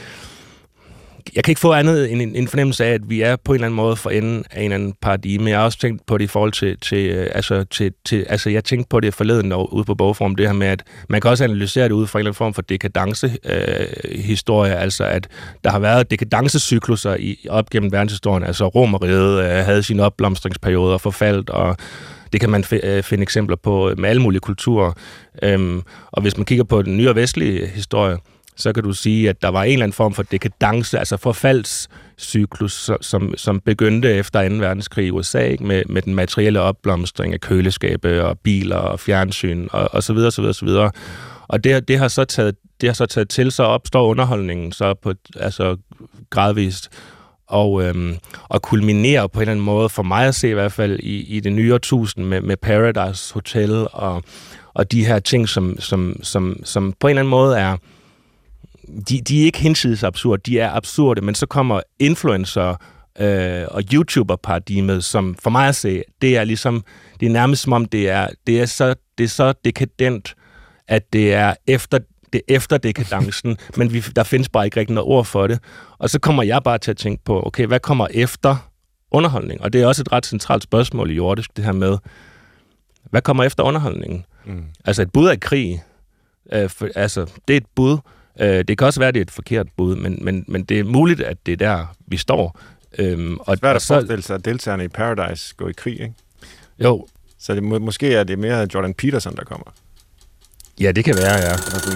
jeg kan ikke få andet end en, en fornemmelse af, at vi er på en eller anden måde for enden af en eller anden paradigme. Jeg har også tænkt på det i forhold til, til, altså, til, til altså jeg tænkte på det forleden ude på Bogforum, det her med, at man kan også analysere det ud fra en eller anden form for dekadence-historie, øh, altså at der har været dekadencecykluser i, op gennem verdenshistorien, altså Romerriget øh, havde sine opblomstringsperioder forfaldt, og det kan man f- finde eksempler på med alle mulige kulturer. Øhm, og hvis man kigger på den nyere vestlige historie, så kan du sige, at der var en eller anden form for dekadence, altså forfaldscyklus, som, som begyndte efter anden verdenskrig i U S A, ikke? Med, med den materielle opblomstring af køleskabe og biler og fjernsyn og, og så videre, så videre, så videre. Og det, det, har så taget, det har så taget til, så opstår underholdningen så på, altså gradvist, og, øhm, og kulminerer på en eller anden måde, for mig at se i hvert fald, i, i det nye årtusind med, med Paradise Hotel og, og de her ting, som, som, som, som på en eller anden måde er De, de er ikke hinsides absurde, de er absurde, men så kommer influencer øh, og YouTuber-paradigmet, som for mig at se, det er ligesom, det er nærmest som om, det er, det er, så, det er så dekadent, at det er efter, det er efter dekadencen, men vi, der findes bare ikke rigtig noget ord for det. Og så kommer jeg bare til at tænke på, okay, hvad kommer efter underholdning? Og det er også et ret centralt spørgsmål i jordisk, det her med, hvad kommer efter underholdningen? Mm. Altså et bud af krig, øh, for, altså det er et bud. Det kan også være, at det er et forkert bud, men, men, men det er muligt, at det er der, vi står. Øhm, og svært at forestille sig, at deltagerne i Paradise går i krig, ikke? Jo. Så det, må, måske er det mere Jordan Peterson, der kommer. Ja, det kan være, ja.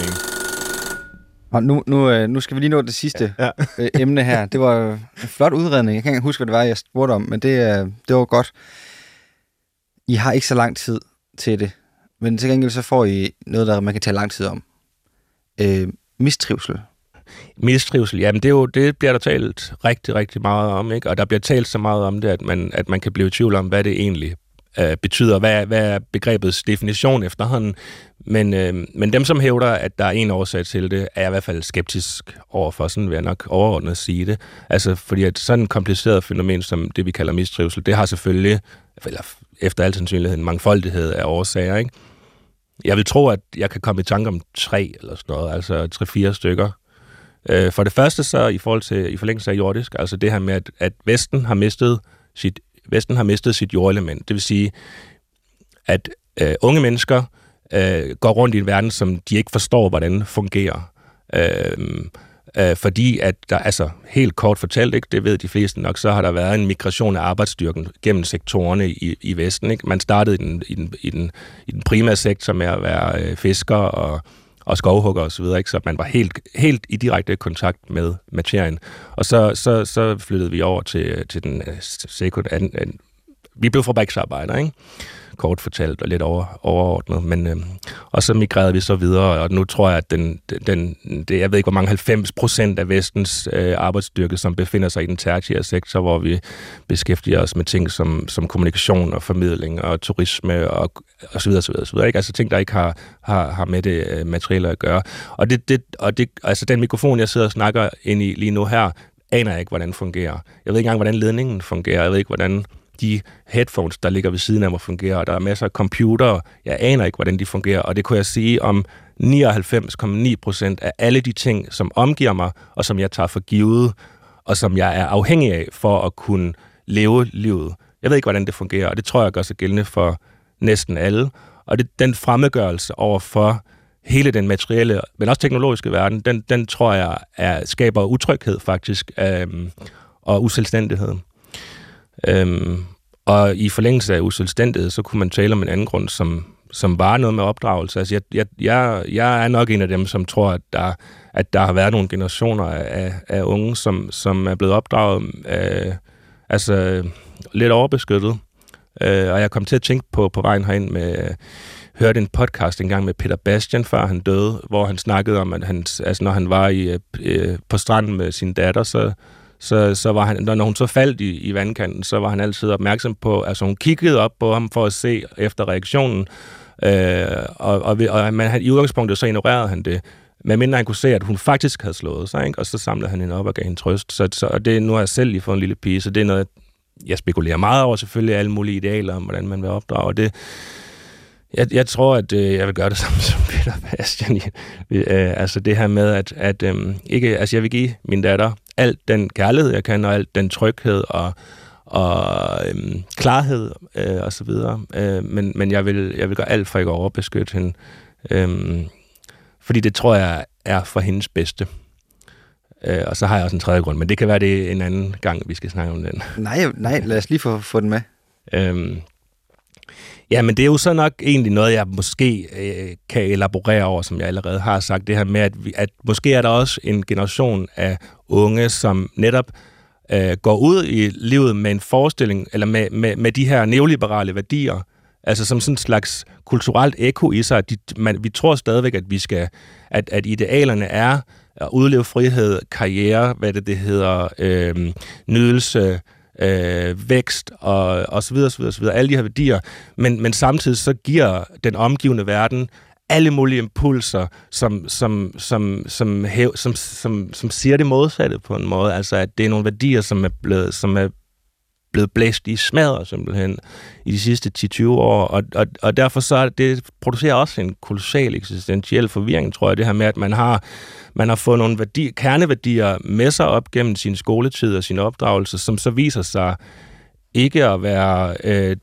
Og nu, nu, nu skal vi lige nå det sidste ja. Ja. emne her. Det var en flot udredning. Jeg kan ikke huske, hvad det var, jeg spurgte om, men det, det var godt. I har ikke så lang tid til det, men til gengæld så får I noget, der man kan tage lang tid om. Øh, mistrivsel. Mistrivsel, jamen det, er jo, det bliver der talt rigtig, rigtig meget om, ikke? Og der bliver talt så meget om det, at man, at man kan blive i tvivl om, hvad det egentlig øh, betyder, hvad, hvad er begrebets definition efterhånden. Men, øh, men dem, som hævder, at der er en årsag til det, er jeg i hvert fald skeptisk overfor, sådan vil jeg nok overordnet sige det. Altså, fordi at sådan et kompliceret fænomen, som det vi kalder mistrivsel, det har selvfølgelig, eller efter al sandsynlighed, en mangfoldighed af årsager, ikke? Jeg vil tro, at jeg kan komme i tanke om tre eller sådan noget, altså tre-fire stykker. Øh, for det første så i forhold til i forlængelse af jordisk, altså det her med, at, at Vesten har mistet sit Vesten har mistet sit jordelement. Det vil sige, at øh, unge mennesker øh, går rundt i en verden, som de ikke forstår, hvordan fungerer. Øh, øh, fordi at der, altså helt kort fortalt, ikke, det ved de fleste nok, så har der været en migration af arbejdsstyrken gennem sektorerne i, i Vesten. Ikke? Man startede i den, i, den, i, den, i den primære sektor med at være øh, fisker og, og skovhugger og så videre, ikke? Så man var helt, helt i direkte kontakt med materien. Og så, så, så flyttede vi over til, til den sekund... Vi blev fabriksarbejdere, ikke? kort fortalt og lidt over, overordnet. Men, øh, og så migrerede vi så videre, og nu tror jeg, at den, den, det, jeg ved ikke, hvor mange halvfems procent af Vestens øh, arbejdsstyrke, som befinder sig i den tertiære sektor, hvor vi beskæftiger os med ting som, som kommunikation og formidling og turisme og, og så videre, så videre, så videre. Ikke? Altså ting, der ikke har, har, har med det øh, materielle at gøre. Og, det, det, og det, altså den mikrofon, jeg sidder og snakker ind i lige nu her, aner jeg ikke, hvordan den fungerer. Jeg ved ikke engang, hvordan ledningen fungerer. Jeg ved ikke, hvordan de headphones, der ligger ved siden af mig, fungerer. Og der er masser af computere. Jeg aner ikke, hvordan de fungerer. Og det kunne jeg sige om nioghalvfems komma ni procent af alle de ting, som omgiver mig, og som jeg tager for givet, og som jeg er afhængig af for at kunne leve livet. Jeg ved ikke, hvordan det fungerer, og det tror jeg gør sig gældende for næsten alle. Og det, den fremmedgørelse over for hele den materielle, men også teknologiske verden, den, den tror jeg er, skaber utryghed faktisk, øhm, og uselvstændighed. Øhm, og i forlængelse af uselvstændighed, så kunne man tale om en anden grund, som, som var noget med opdragelse. Altså, jeg, jeg, jeg, jeg er nok en af dem, som tror, at der, at der har været nogle generationer af, af unge, som, som er blevet opdraget øh, altså, lidt overbeskyttet. Øh, og jeg kom til at tænke på, på vejen herind med... hørte en podcast engang med Peter Bastian, før han døde, hvor han snakkede om, at han, altså når han var i, øh, på stranden med sin datter, så, så, så var han, når hun så faldt i, i vandkanten, så var han altid opmærksom på, altså hun kiggede op på ham for at se efter reaktionen, øh, og, og, og man, i udgangspunktet så ignorerede han det, men mindre han kunne se, at hun faktisk havde slået sig, ikke? Og så samlede han hende op og gav hende trøst. Så, så, og det, nu har jeg selv lige fået en lille pige, så det er noget, jeg spekulerer meget over, selvfølgelig alle mulige idealer om, hvordan man vil opdrage, og det Jeg, jeg tror, at øh, jeg vil gøre det samme som Peter Bastian. øh, altså det her med, at, at øh, ikke, altså jeg vil give min datter alt den kærlighed, jeg kan, og alt den tryghed og, og øh, klarhed øh, og så videre. Øh, men men jeg, vil, jeg vil gøre alt for ikke at overbeskytte hende. Øh, fordi det tror jeg er for hendes bedste. Øh, og så har jeg også en tredje grund, men det kan være det en anden gang, vi skal snakke om den. Nej, nej lad os lige få, få den med. Øh, Ja, men det er jo så nok egentlig noget, jeg måske øh, kan elaborere over, som jeg allerede har sagt. Det her med, at, vi, at måske er der også en generation af unge, som netop øh, går ud i livet med en forestilling, eller med, med, med de her neoliberale værdier, altså som sådan en slags kulturelt ekko i sig. At de, man, vi tror stadigvæk, at vi skal, at, at idealerne er at udleve frihed, karriere, hvad det, det hedder, øh, nydelse, Øh, vækst og, og så videre, så videre, så videre, alle de her værdier, men, men samtidig så giver den omgivende verden alle mulige impulser, som, som, som, som, hæv, som, som, som siger det modsatte på en måde, altså at det er nogle værdier, som er blevet, som er blevet blæst i smadret simpelthen i de sidste ti til tyve år, og, og, og derfor så er det producerer også en kolossal eksistentiel forvirring, tror jeg, det her med, at man har Man har fået nogle værdi, kerneværdier med sig op gennem sin skoletid og sin opdragelse, som så viser sig ikke at være øh,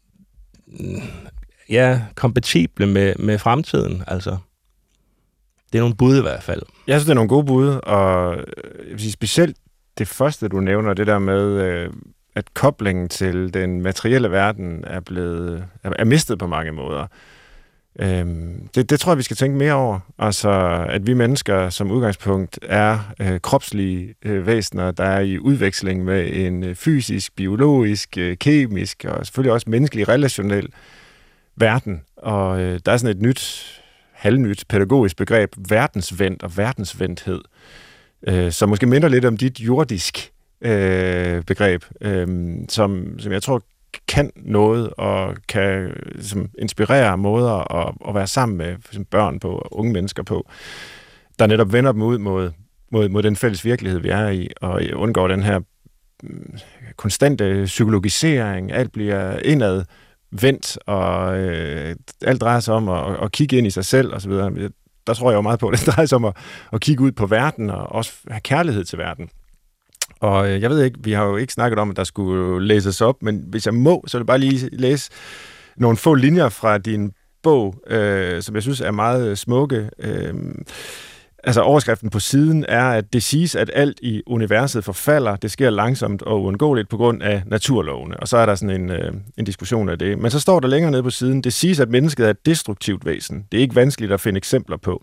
ja, kompatible med, med fremtiden. Altså, det er nogle bud i hvert fald. Jeg synes, det er nogle gode bud, og jeg vil sige, specielt det første, du nævner, det der med, øh, at koblingen til den materielle verden er blevet er, er mistet på mange måder. Øhm, det, det tror jeg, vi skal tænke mere over. Altså, at vi mennesker som udgangspunkt er øh, kropslige øh, væsener, der er i udveksling med en øh, fysisk, biologisk, øh, kemisk og selvfølgelig også menneskelig, relationel verden. Og øh, der er sådan et nyt, halvnyt pædagogisk begreb, verdensvendt og verdensvendthed, øh, som måske minder lidt om dit jordisk øh, begreb, øh, som, som jeg tror kan noget og kan ligesom, inspirere måder at, at være sammen med for eksempel børn på og unge mennesker på, der netop vender dem ud mod, mod, mod den fælles virkelighed, vi er i, og undgår den her konstante psykologisering. Alt bliver indad vendt, og øh, alt drejer sig om at, at kigge ind i sig selv osv. Der tror jeg jo meget på, at det drejer sig om at, at kigge ud på verden og også have kærlighed til verden. Og jeg ved ikke, vi har jo ikke snakket om, at der skulle læses op, men hvis jeg må, så vil jeg bare lige læse nogle få linjer fra din bog, øh, som jeg synes er meget smukke. Øh, altså overskriften på siden er, at det siges, at alt i universet forfalder. Det sker langsomt og uundgåeligt på grund af naturlovene. Og så er der sådan en, øh, en diskussion af det. Men så står der længere nede på siden, det siges, at mennesket er et destruktivt væsen. Det er ikke vanskeligt at finde eksempler på.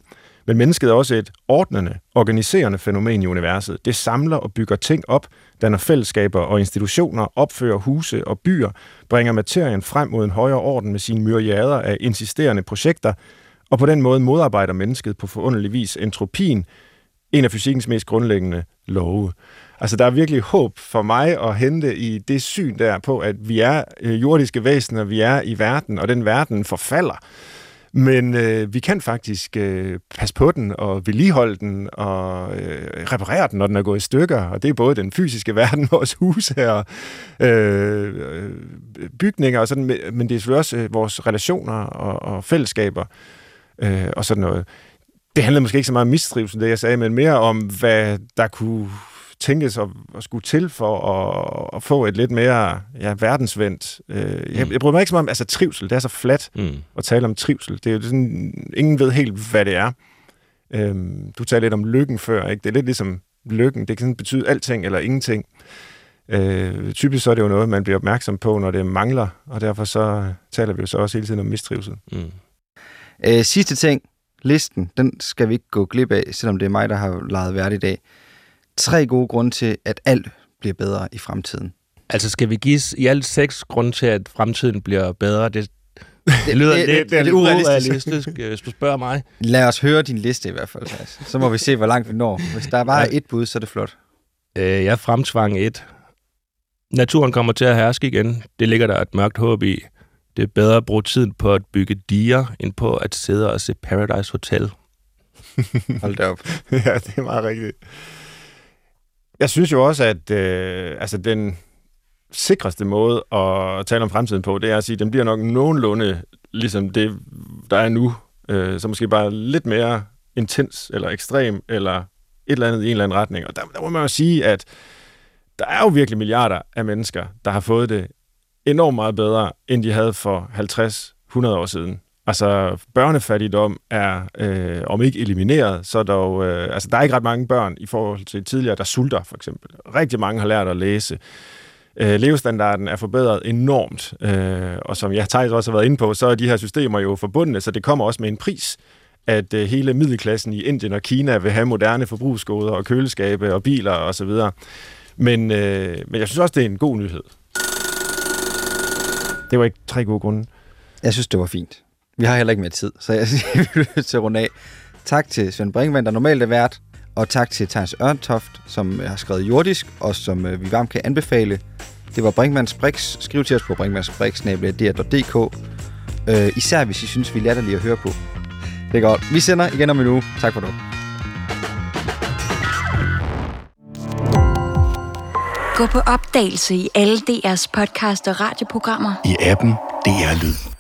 Men mennesket er også et ordnende, organiserende fænomen i universet. Det samler og bygger ting op, danner fællesskaber og institutioner, opfører huse og byer, bringer materien frem mod en højere orden med sine myriader af insisterende projekter, og på den måde modarbejder mennesket på forunderlig vis entropien, en af fysikkens mest grundlæggende love. Altså, der er virkelig håb for mig at hente i det syn der på, at vi er jordiske væsener, vi er i verden, og den verden forfalder. Men øh, vi kan faktisk øh, passe på den og vedligeholde den og øh, reparere den, når den er gået i stykker. Og det er både den fysiske verden, vores huse og øh, bygninger og sådan, men det er selvfølgelig også øh, vores relationer og, og fællesskaber øh, og sådan noget. Det handler måske ikke så meget om mistrivsel, det jeg sagde, men mere om, hvad der kunne tænkes at, at skulle til for at, at få et lidt mere ja, verdensvendt. Øh, jeg, jeg bryder mig ikke så meget om altså, trivsel. Det er så fladt mm. at tale om trivsel. Det er jo sådan, ingen ved helt, hvad det er. Øhm, du talte lidt om lykken før, ikke? Det er lidt ligesom lykken. Det kan betyde alting eller ingenting. Øh, typisk så er det jo noget, man bliver opmærksom på, når det mangler, og derfor så taler vi jo så også hele tiden om mistrivsel. Mm. Øh, sidste ting. Listen, den skal vi ikke gå glip af, selvom det er mig, der har lejet vært i dag. Tre gode grunde til, at alt bliver bedre i fremtiden. Altså skal vi give i alt seks grunde til, at fremtiden bliver bedre? Det, det lyder det, lidt, det, det er lidt urealistisk, hvis du spørger mig. Lad os høre din liste i hvert fald. Altså. Så må vi se, hvor langt vi når. Hvis der bare er et bud, så er det flot. Øh, jeg fremtvang et. Naturen kommer til at herske igen. Det ligger der et mørkt håb i. Det er bedre at bruge tiden på at bygge diger, end på at sidde og se Paradise Hotel. Hold da op. Ja, det er meget rigtigt. Jeg synes jo også, at øh, altså den sikreste måde at tale om fremtiden på, det er at sige, at den bliver nok nogenlunde ligesom det, der er nu. Øh, så måske bare lidt mere intens eller ekstrem, eller et eller andet i en eller anden retning. Og der, der må man jo sige, at der er jo virkelig milliarder af mennesker, der har fået det enormt meget bedre, end de havde for halvtreds hundrede år siden. Altså, børnefattigdom er, øh, om ikke elimineret, så dog, øh, altså, der er ikke ret mange børn i forhold til tidligere, der sulter, for eksempel. Rigtig mange har lært at læse. Øh, levestandarden er forbedret enormt, øh, og som jeg Theis også har været inde på, så er de her systemer jo forbundne, så det kommer også med en pris, at øh, hele middelklassen i Indien og Kina vil have moderne forbrugsgoder og køleskabe og biler osv. Men, øh, men jeg synes også, det er en god nyhed. Det var ikke tre gode grunde. Jeg synes, det var fint. Vi har heller ikke mere tid, så jeg siger, vi bliver til at runde af. Tak til Svend Brinkmann, der normalt er vært, og tak til Theis Ørntoft, som har skrevet jordisk, og som øh, vi varmt kan anbefale. Det var Brinkmanns Brix. Skriv til os på brinkmannsbrix snabel-a d r punktum d k. Øh, især hvis I synes, vi er latterlige at høre på. Det er godt. Vi sender igen om en uge. Tak for nu. Gå på opdagelse i alle D R's podcast og radioprogrammer. I appen D R Lyd.